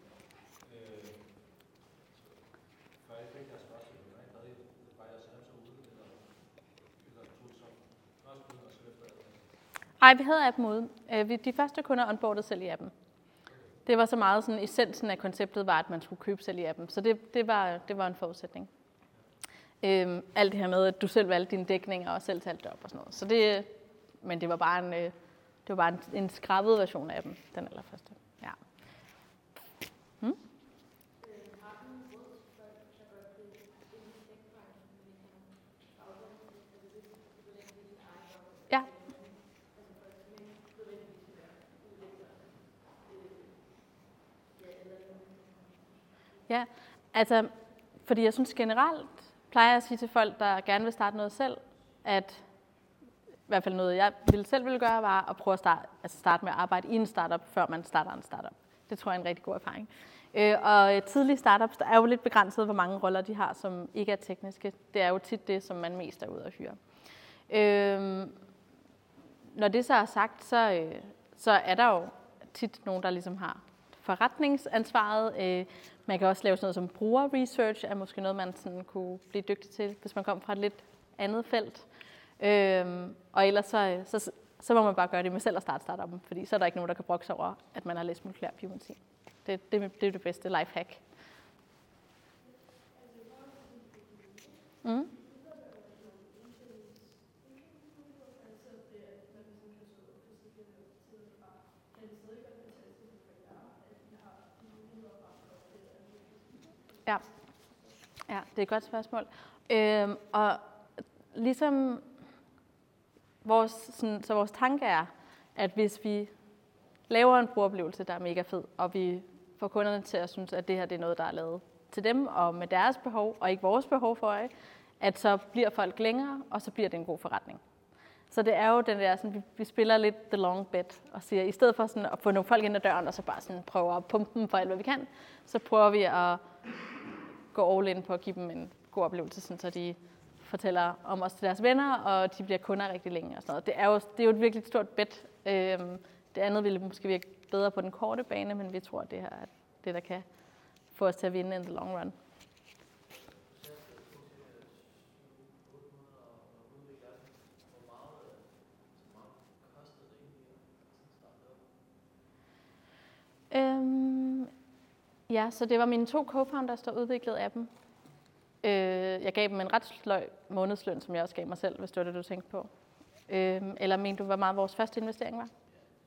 Nej, vi havde appen ude. De første kunder onboardede selv i appen. Det var så meget sådan, essensen af konceptet var, at man skulle købe selv i appen. Så det var en forudsætning. Alt det her med, at du selv valgte dine dækninger og selv talte det op og sådan noget. Men det var bare en skrabet version af appen, den allerførste. Ja. Ja. Ja, altså, fordi jeg synes generelt, plejer jeg at sige til folk, der gerne vil starte noget selv, at i hvert fald noget, jeg selv ville gøre, var at prøve at starte med at arbejde i en startup, før man starter en startup. Det tror jeg er en rigtig god erfaring. Og tidlige startups, der er jo lidt begrænset, hvor mange roller de har, som ikke er tekniske. Det er jo tit det, som man mest er ude at hyre. Når det så er sagt, så er der jo tit nogen, der ligesom har forretningsansvaret. Man kan også lave sådan noget som brugerresearch, er måske noget, man sådan kunne blive dygtig til, hvis man kom fra et lidt andet felt. Og ellers så må man bare gøre det med selv at starte startuppen, fordi så er der ikke nogen, der kan brokse over, at man har læst molekylær biomedicin. Det er det bedste lifehack. Mm. Ja, det er et godt spørgsmål. Og ligesom vores tanke er, at hvis vi laver en brugeroplevelse, der er mega fed, og vi får kunderne til at synes, at det her det er noget, der er lavet til dem, og med deres behov, og ikke vores behov for øje, at så bliver folk længere, og så bliver det en god forretning. Så det er jo den der, sådan, vi spiller lidt the long bet, og siger, i stedet for sådan at få nogle folk ind ad døren, og så bare sådan prøve at pumpe dem for alt, hvad vi kan, så prøver vi at gå all in på at give dem en god oplevelse, sådan, så de fortæller om os til deres venner, og de bliver kunder rigtig længe og sådan noget. Det er jo et virkelig stort bet. Det andet ville måske virke bedre på den korte bane, men vi tror, at det her er det, der kan få os til at vinde in the long run. Ja, så det var mine 2 co-founders, der udviklede appen. Jeg gav dem en ret sløj månedsløn, som jeg også gav mig selv, hvis det var det, du tænkte på. Eller mente du, hvor meget vores første investering var?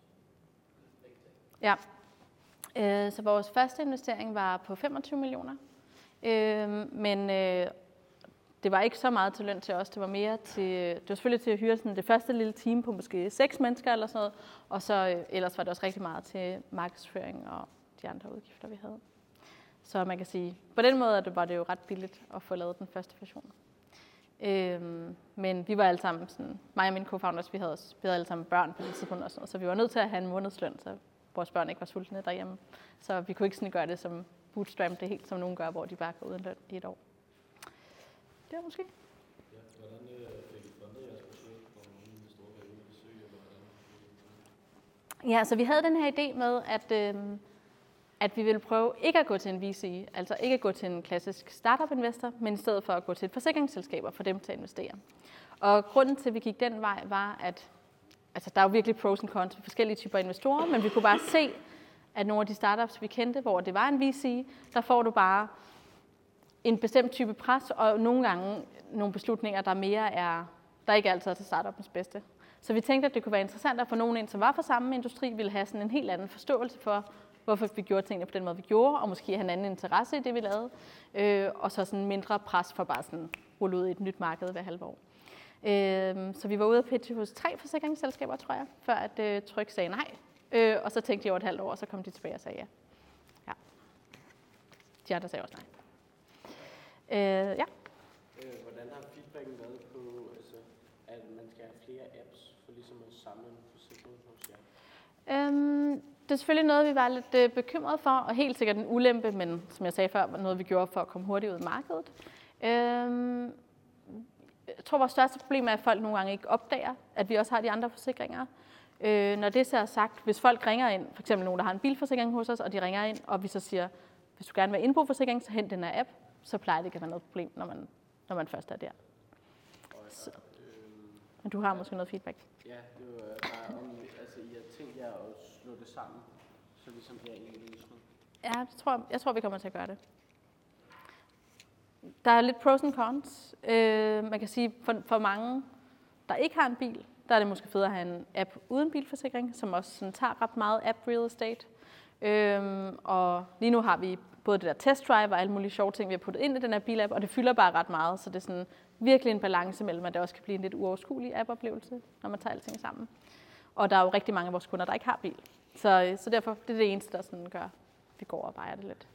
Ja. Så vores første investering var på 25 millioner. Men det var ikke så meget til løn til os. Det var mere til, det var selvfølgelig til at hyre sådan det første lille team på måske 6 mennesker eller sådan noget. Og så ellers var det også rigtig meget til markedsføring og de andre udgifter, vi havde. Så man kan sige, på den måde var det jo ret billigt at få lavet den første version. Men vi var alle sammen, sådan, mig og mine co-founders, vi havde alle sammen børn på det tidspunkt og sådan noget, så vi var nødt til at have en månedsløn, så vores børn ikke var sultne derhjemme. Så vi kunne ikke sådan gøre det som bootstrap det helt, som nogen gør, hvor de bare går uden løn i et år. Det var måske. Ja, hvordan fik I fundet jeres projekt, hvor nogle investorer var ude at besøge, eller hvordan? Ja, så vi havde den her idé med, at vi ville prøve ikke at gå til en VC, altså ikke at gå til en klassisk startup-investor, men i stedet for at gå til et forsikringsselskab og få dem til at investere. Og grunden til, at vi gik den vej, var, at altså, der er jo virkelig pros and cons for forskellige typer investorer, men vi kunne bare se, at nogle af de startups, vi kendte, hvor det var en VC, der får du bare en bestemt type pres, og nogle gange nogle beslutninger, der ikke altid er til startupens bedste. Så vi tænkte, at det kunne være interessant at få nogen ind, som var fra samme industri, ville have sådan en helt anden forståelse for, hvorfor vi gjorde tingene på den måde, vi gjorde, og måske have en anden interesse i det, vi lavede, og så sådan mindre pres for bare sådan rulle ud i et nyt marked hver halve år. Så vi var ude at pitche hos 3 forsikringsselskaber, tror jeg, før at Tryg sagde nej, og så tænkte de over et halvt år, og så kom de tilbage og sagde ja. De andre sagde også nej. Ja. Hvordan har feedbacken været på, altså, at man skal have flere apps for ligesom at samle en forsikring hos jer? Det er selvfølgelig noget, vi var lidt bekymrede for, og helt sikkert en ulempe, men som jeg sagde før, var noget, vi gjorde for at komme hurtigt ud i markedet. Jeg tror, vores største problem er, at folk nogle gange ikke opdager, at vi også har de andre forsikringer. Når det så er sagt, hvis folk ringer ind, f.eks. nogen, der har en bilforsikring hos os, og de ringer ind, og vi så siger, hvis du gerne vil have indboforsikring, så hent den her app, så plejer det ikke at være noget problem, når man først er der. Så. Men du har måske noget feedback? Ja, det var bare om, altså I har tænkt jer at slå det sammen, så ligesom bliver en løsning. Ja, jeg tror, vi kommer til at gøre det. Der er lidt pros and cons. Man kan sige, for mange, der ikke har en bil, der er det måske fedt at have en app uden bilforsikring, som også sådan tager ret meget app real estate. Og lige nu har vi både det der test drive og alle mulige sjove ting, vi har puttet ind i den her bilapp, og det fylder bare ret meget, så det er sådan virkelig en balance mellem, at det også kan blive en lidt uoverskuelig app-oplevelse, når man tager alting sammen. Og der er jo rigtig mange af vores kunder, der ikke har bil. Så derfor det er det eneste, der sådan gør, at vi går og vejer det lidt.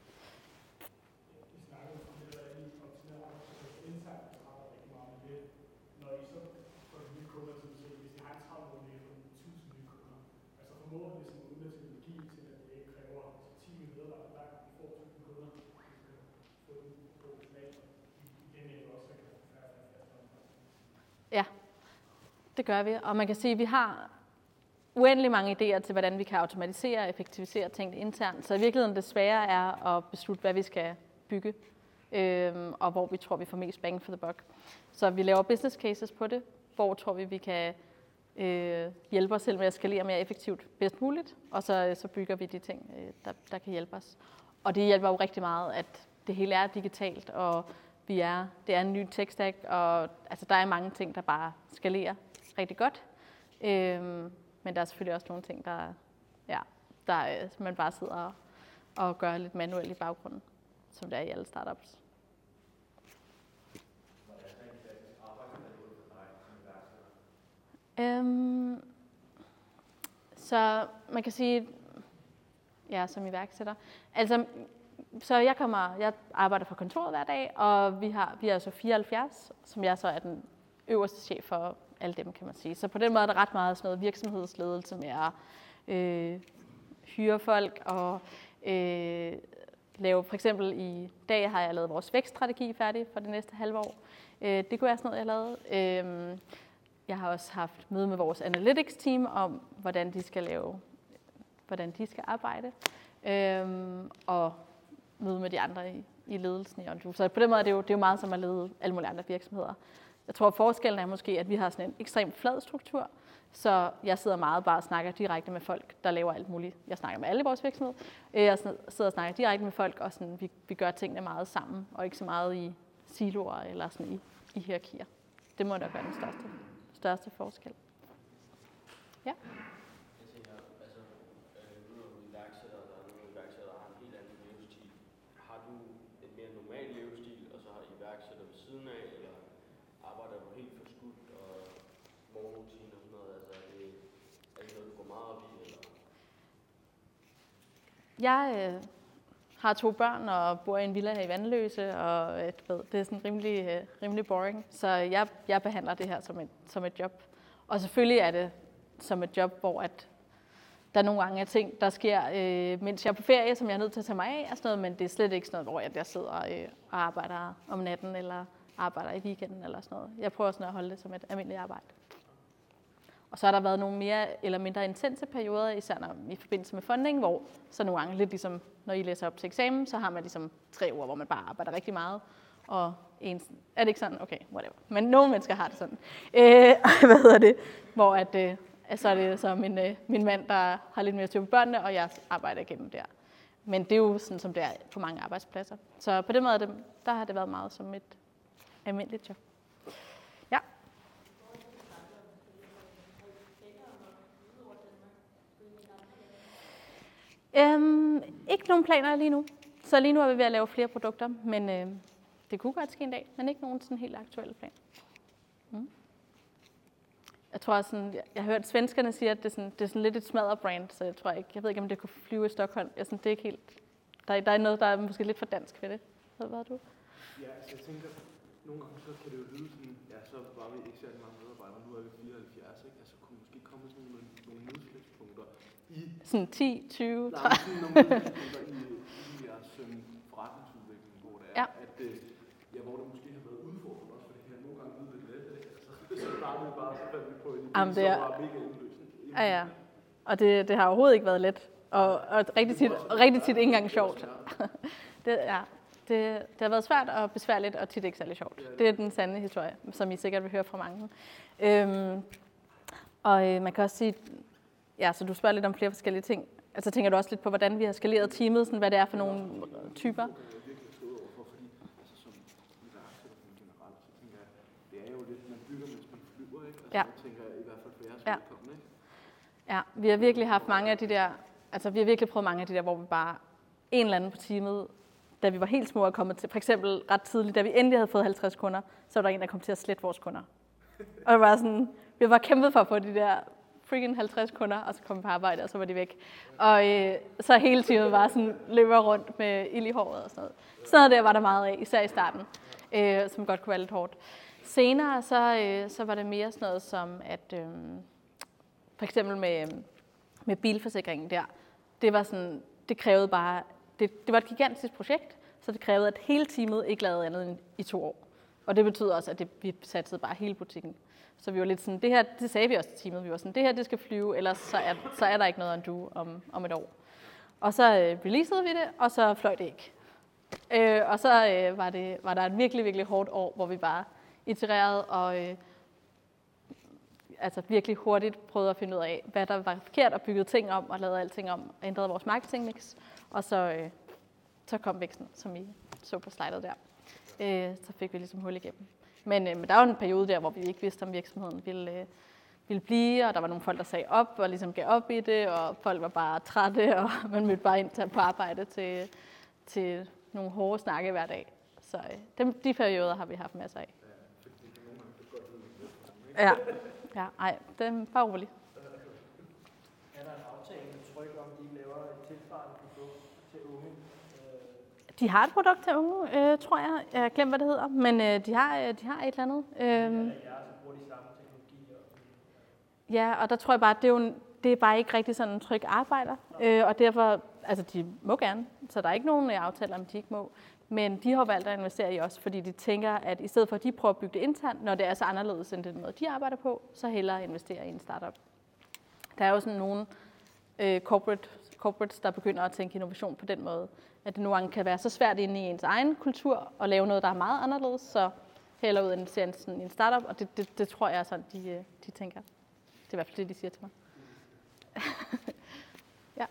Ja, det gør vi. Og man kan sige, at vi har uendelig mange idéer til, hvordan vi kan automatisere og effektivisere ting internt. Så i virkeligheden det svære er at beslutte, hvad vi skal bygge, og hvor vi tror, vi får mest bang for the buck. Så vi laver business cases på det. Hvor tror vi kan hjælpe os selv med at skalere mere effektivt bedst muligt. Og så bygger vi de ting, der kan hjælpe os. Og det hjælper jo rigtig meget, at det hele er digitalt, og det er en ny tech stack, og altså, der er mange ting, der bare skalerer rigtig godt. Men der er selvfølgelig også nogle ting, der man bare sidder og gør lidt manuelt i baggrunden, som det er i alle startups. Så man kan sige, ja, som iværksætter. Altså, så jeg arbejder på kontoret hver dag, og vi er så 74, som jeg så er den øverste chef for alle dem, kan man sige. Så på den måde er der ret meget sådan noget virksomhedsledelse med at hyre folk og lave, for eksempel i dag har jeg lavet vores vækststrategi færdig for det næste halve år. Det kunne være sådan noget, jeg lavede. Jeg har også haft møde med vores analytics team om, hvordan de skal arbejde. Og møde med de andre i ledelsen i OnDo. Så på den måde er det jo meget som at lede alle mulige andre virksomheder. Jeg tror, at forskellen er måske, at vi har sådan en ekstremt flad struktur, så jeg sidder meget bare og snakker direkte med folk, der laver alt muligt. Jeg snakker med alle vores virksomheder. Jeg sidder og snakker direkte med folk, og sådan, vi gør tingene meget sammen, og ikke så meget i siloer eller sådan i hierarkier. Det må da være den største forskel. Ja. Jeg tænker, altså, nu er du iværksætter, og der er nogle iværksættere, der har en helt anden levestil. Har du en mere normal levestil, og så har iværksætter ved siden af, eller arbejder du helt forskudt og morgenrutine og sådan noget? Altså, er det noget, du går meget op i, eller? Jeg har 2 børn og bor i en villa her i Vanløse, og det er sådan rimelig boring. Så jeg behandler det her som et job. Og selvfølgelig er det som et job, hvor at Der er nogle gange af ting, der sker, mens jeg er på ferie, som jeg er nødt til at tage mig af og sådan noget, men det er slet ikke sådan noget, hvor jeg der sidder og arbejder om natten eller arbejder i weekenden eller sådan noget. Jeg prøver sådan at holde det som et almindeligt arbejde. Og så har der været nogle mere eller mindre intense perioder, især i forbindelse med funding, hvor så nogle gange lidt ligesom, når I læser op til eksamen, så har man ligesom 3 uger, hvor man bare arbejder rigtig meget. Og er det ikke sådan? Okay, whatever. Men nogle mennesker har det sådan. Hvor så er det så min mand, der har lidt mere styr på børnene, og jeg arbejder igennem der. Men det er jo sådan, som det er på mange arbejdspladser. Så på den måde, der har det været meget som et almindeligt job. Ja. Ikke nogen planer lige nu. Så lige nu er vi ved at lave flere produkter, men det kunne godt ske en dag, men ikke nogen sådan helt aktuelle plan. Jeg tror sådan, jeg har hørt svenskerne sige, at det er sådan lidt et smadret brand, så jeg ved ikke, om det kunne flyve i Stockholm. Det er ikke helt, der er noget, der er måske lidt for dansk ved det. Hvad du? Ja, altså jeg tænker, nogle gange så kan det jo lyde sådan, ja, så var vi ikke særlig mange medarbejdere, nu er vi 74, ikke? Altså kunne måske komme sådan nogle nedslagspunkter i... Sådan 10, 20, 30... Nej, sådan nogle nedslagspunkter i jeres forretningsudvikling, hvor det er, at hvor det måske har været udfordret også, for det kan nogle gange lyde lidt let, ikke? Altså, så startede vi bare, så fandt vi på en idé, som var mega indløsende. Ja. Og det har overhovedet ikke været let, og rigtig tit ikke engang sjovt. Det har været svært og besværligt, og tit ikke særlig sjovt. Det er den sande historie, som I sikkert vil høre fra mange. Man kan også sige, ja, så du spørger lidt om flere forskellige ting. Altså tænker du også lidt på, hvordan vi har skaleret teamet, sådan, hvad det er for nogle typer? Ja. Ja, vi har virkelig haft mange af de der, altså vi har virkelig prøvet mange af de der, hvor vi bare en eller anden på teamet, da vi var helt små og kommet til, for eksempel ret tidligt, da vi endelig havde fået 50 kunder, så var der en, der kom til at slette vores kunder. Og det var sådan, vi var kæmpet for at få de der freaking 50 kunder, og så kom vi på arbejde, og så var de væk. Og så hele teamet var sådan, løber rundt med ild i håret og sådan noget. Sådan noget der var der meget af, især i starten, som godt kunne være lidt hårdt. Senere så var det mere sådan noget som, at for eksempel med bilforsikringen der, det var sådan, det krævede bare, det var et gigantisk projekt, så det krævede, at hele teamet ikke lavede andet end i 2 år. Og det betyder også, at vi satsede bare hele butikken. Så vi var lidt sådan, det her, det sagde vi også til teamet, vi var sådan, det her, det skal flyve, ellers så er der ikke noget undo om et år. Og så releasede vi det, og så fløj det ikke. Og så var der et virkelig, virkelig hårdt år, hvor vi bare itererede og altså virkelig hurtigt prøvede at finde ud af, hvad der var forkert, og byggede ting om, og lavede alting om, og ændrede vores marketingmix. Og så kom væksten, som I så på slidet der. Så fik vi ligesom hul igennem. Men der var en periode der, hvor vi ikke vidste, om virksomheden ville blive, og der var nogle folk, der sagde op og ligesom gav op i det, og folk var bare trætte, og man mødte bare ind på arbejde til nogle hårde snakke hver dag. Så de perioder har vi haft masser af. Ja, ej, det er bare roligt. Er der en aftale med Tryg om, de laver et tilsvarende produkt til unge? De har et produkt til unge, tror jeg. Jeg har glemt, hvad det hedder, men de har et eller andet. Ja, og der tror jeg bare, at det er bare ikke rigtig sådan en Tryg arbejder, og derfor, altså de må gerne, så der er ikke nogen aftaler, om de ikke må. Men de har valgt at investere i os, fordi de tænker, at i stedet for at de prøver at bygge det internt, når det er så anderledes end den måde, de arbejder på, så hellere investere i en startup. Der er jo sådan nogle corporates, der begynder at tænke innovation på den måde, at det nogle gange kan være så svært inde i ens egen kultur at lave noget, der er meget anderledes, så hellere ud at investere i en startup, og det tror jeg er sådan, de tænker. Det er i hvert fald det, de siger til mig. Ja.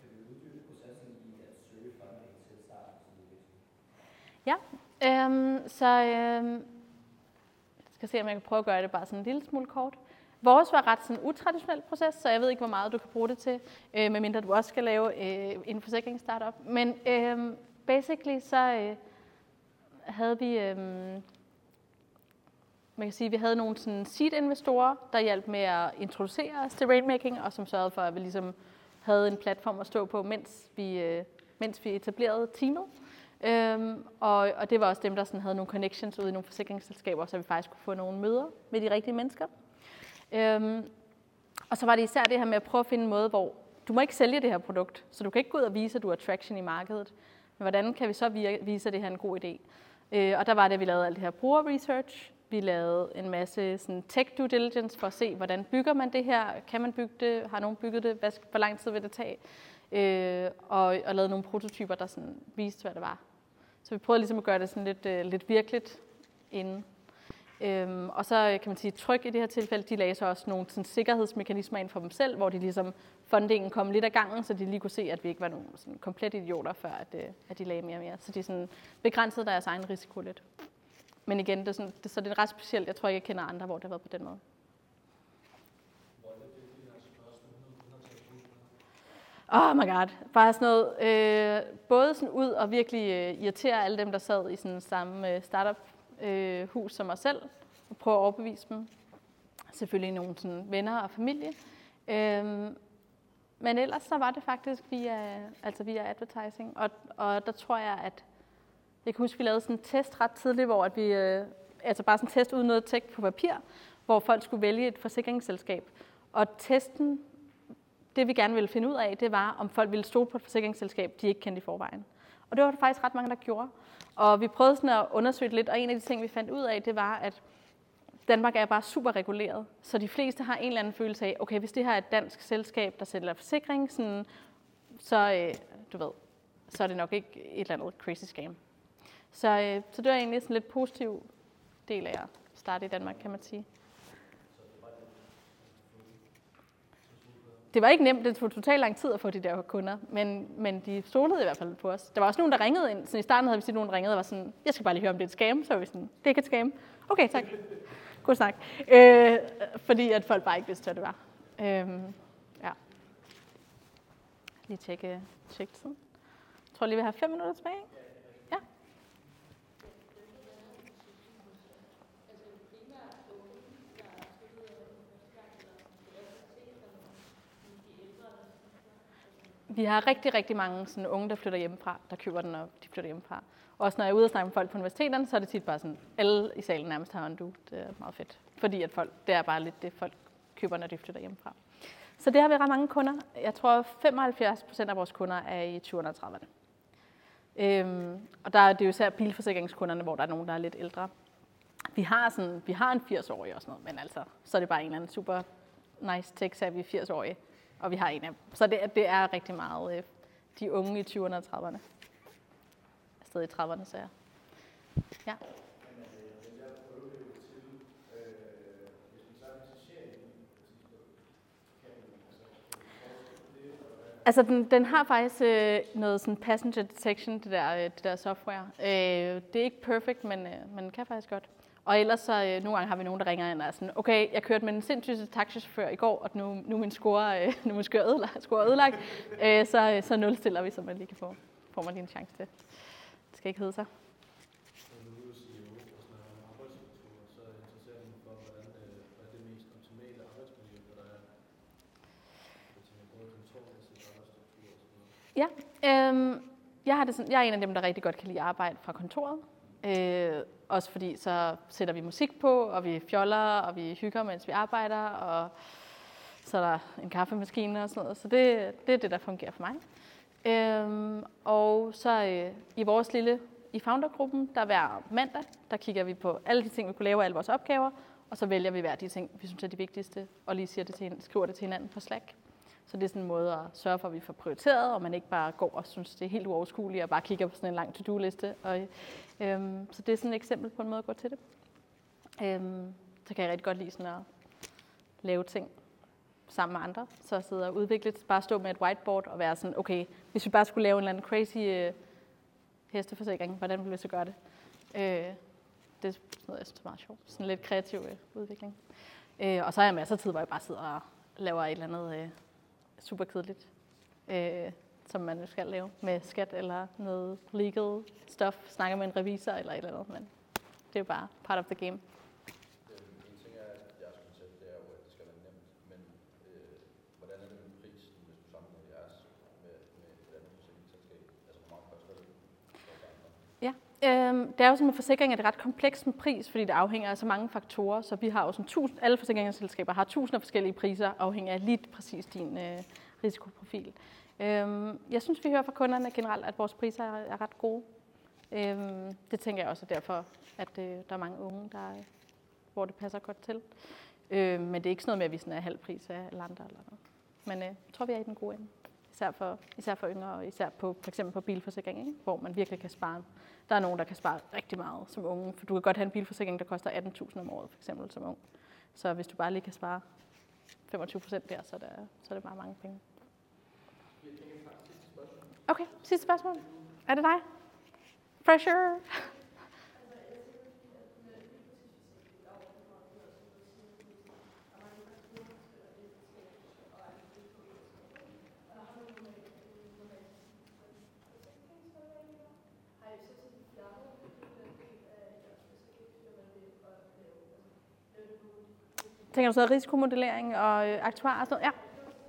Ja, skal se, om jeg kan prøve at gøre det bare sådan en lille smule kort. Vores var ret sådan en utraditionel proces, så jeg ved ikke, hvor meget du kan bruge det til, medmindre du også skal lave en forsikringsstartup. Men basically så havde vi, man kan sige, vi havde nogle sådan seed-investorer, der hjalp med at introducere os til rainmaking, og som sørgede for, at vi ligesom havde en platform at stå på, mens vi etablerede teamet. Og det var også dem, der sådan havde nogle connections ude i nogle forsikringsselskaber, så vi faktisk kunne få nogle møder med de rigtige mennesker. Og så var det især det her med at prøve at finde en måde, hvor du må ikke sælge det her produkt, så du kan ikke gå ud og vise, at du har traction i markedet. Men hvordan kan vi så vise, at det her er en god idé? Og der var det, at vi lavede alt det her brugerresearch. Vi lavede en masse sådan, tech due diligence for at se, hvordan bygger man det her? Kan man bygge det? Har nogen bygget det? Hvor lang tid vil det tage? Og lavede nogle prototyper, der sådan, viste, hvad det var. Så vi prøvede ligesom at gøre det sådan lidt virkeligt inden. Og så kan man sige, Tryg i det her tilfælde, de lagde så også nogle sådan, sikkerhedsmekanismer ind for dem selv, hvor de ligesom fundingen kom lidt af gangen, så de lige kunne se, at vi ikke var nogen sådan, komplet idioter, før at de lagde mere og mere. Så de sådan, begrænsede deres egen risiko lidt. Men igen, det er ret specielt. Jeg tror ikke, jeg kender andre, hvor det har været på den måde. Oh my god. Bare sådan noget, både sådan ud og virkelig irritere alle dem, der sad i sådan samme startup-hus som os selv, og prøve at overbevise dem. Selvfølgelig nogle sådan venner og familie. Men ellers så var det faktisk via advertising, og der tror jeg, at jeg kan huske, vi lavede sådan en test ret tidligt, hvor at vi, bare sådan en test uden noget tekst på papir, hvor folk skulle vælge et forsikringsselskab. Og testen, det vi gerne ville finde ud af, det var, om folk ville stole på et forsikringsselskab, de ikke kendte i forvejen. Og det var der faktisk ret mange, der gjorde. Og vi prøvede sådan at undersøge lidt, og en af de ting, vi fandt ud af, det var, at Danmark er bare super reguleret. Så de fleste har en eller anden følelse af, okay, hvis det her er et dansk selskab, der sælger forsikring, sådan, så, så er det nok ikke et eller andet crazy scam. Så det var egentlig sådan en lidt positiv del af at starte i Danmark, kan man sige. Det var ikke nemt, det tog totalt lang tid at få de der kunder, men de stolede i hvert fald på os. Der var også nogen, der ringede ind. Så i starten havde vi set nogen, der ringede og var sådan, jeg skal bare lige høre, om det er et scam. Så var vi sådan, det er ikke et scam. Okay, tak. God snak. Fordi at folk bare ikke vidste, hvad det var. Ja. Lige tjekke tiden. Jeg tror lige, vi har 5 minutter tilbage. Ja. Vi har rigtig, rigtig mange sådan, unge, der flytter hjemmefra, der køber den, og de flytter hjemmefra. Også når jeg er ude og snakke med folk på universiteterne, så er det tit bare sådan, alle i salen nærmest har Undo. Det er meget fedt. Fordi at det er bare lidt det, folk køber, når de flytter hjemmefra. Så det har vi ret mange kunder. Jeg tror, 75% af vores kunder er i 20'erne og 30'erne. Og der er det jo især bilforsikringskunderne, hvor der er nogen, der er lidt ældre. Vi har en 80-årig og sådan noget, men altså, så er det bare en eller anden super nice tech-savvy 80-årig. Og vi har en af dem. Så det er rigtig meget de unge i 20'erne og 30'erne. Stadig i 30'erne, så ja. Ja. Altså, den har faktisk noget sådan passenger detection, det der software. Det er ikke perfect, men den kan faktisk godt. Og ellers så nogle gange har vi nogen, der ringer ind og er sådan, okay, jeg kørte med en sindssyg taxichauffør i går, og nu er min score ødelagt. Så nulstiller vi, så man lige kan få mig lige en chance til. Det skal ikke hedde sig. Ja, jeg er en af dem, der rigtig godt kan lide at arbejde fra kontoret. Også fordi så sætter vi musik på, og vi fjoller, og vi hygger, mens vi arbejder, og så er der en kaffemaskine og sådan noget. Så det er det, der fungerer for mig. Og så i foundergruppen, der hver mandag, der kigger vi på alle de ting, vi kunne lave af alle vores opgaver, og så vælger vi hver de ting, vi synes er de vigtigste, og lige skriver det til hinanden på Slack. Så det er sådan en måde at sørge for, at vi får prioriteret, og man ikke bare går og synes, det er helt uoverskueligt, og bare kigger på sådan en lang to-do-liste. Så det er sådan et eksempel på en måde at gå til det. Så kan jeg rigtig godt lide sådan at lave ting sammen med andre. Så sidde og udvikle, bare stå med et whiteboard og være sådan, okay, hvis vi bare skulle lave en eller anden crazy hesteforsikring, hvordan ville vi så gøre det? Det er noget, jeg synes er meget sjovt. Sådan lidt kreativ udvikling. Og så har jeg masser af tid, hvor jeg bare sidder og laver et eller andet super kedeligt, som man skal lave med skat eller noget legal stuff, snakker med en revisor eller et eller andet, men det er jo bare part of the game. En ting er, at jeres koncept det er jo, at det skal være nemt, men hvordan er det med prisen, hvis du sammenligner jeres med et andet forsikringsselskab? Altså, hvor meget koster det? Ja, det er jo sådan med forsikring, at det er ret komplekst med pris, fordi det afhænger af så mange faktorer, så vi har jo sådan alle forsikringsselskaber har 1000 forskellige priser, afhængig af lige præcis din risikoprofil. Jeg synes, vi hører fra kunderne generelt, at vores priser er ret gode. Det tænker jeg også er derfor, at der er mange unge, hvor det passer godt til. Men det er ikke sådan noget med, at vi sådan er halv pris af alle andre eller noget. Men jeg tror, vi er i den gode ende. Især for yngre, og især for eksempel på bilforsikring, ikke? Hvor man virkelig kan spare. Der er nogen, der kan spare rigtig meget som unge, for du kan godt have en bilforsikring, der koster 18.000 om året, for eksempel som ung. Så hvis du bare lige kan spare 25% der, så er det meget mange penge. Okay, sidste spørgsmål. Er det dig? Pressure. Tænker du så risikomodellering og aktuar og sådan noget? Ja.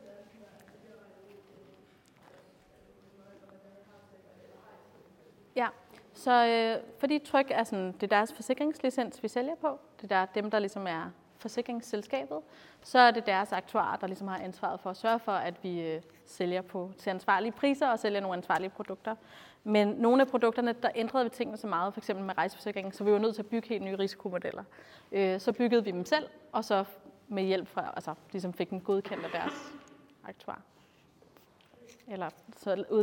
Ja, så fordi Tryg er sådan, det er deres forsikringslicens, vi sælger på. Det er dem, der ligesom er forsikringsselskabet. Så er det deres aktuar, der ligesom har ansvaret for at sørge for, at vi sælger til ansvarlige priser og sælger nogle ansvarlige produkter. Men nogle af produkterne, der ændrede vi tingene så meget, f.eks. med rejseforsikringen, så vi var nødt til at bygge helt nye risikomodeller. Så byggede vi dem selv, og så med hjælp fra, ligesom fik dem godkendt af deres aktuar. Eller så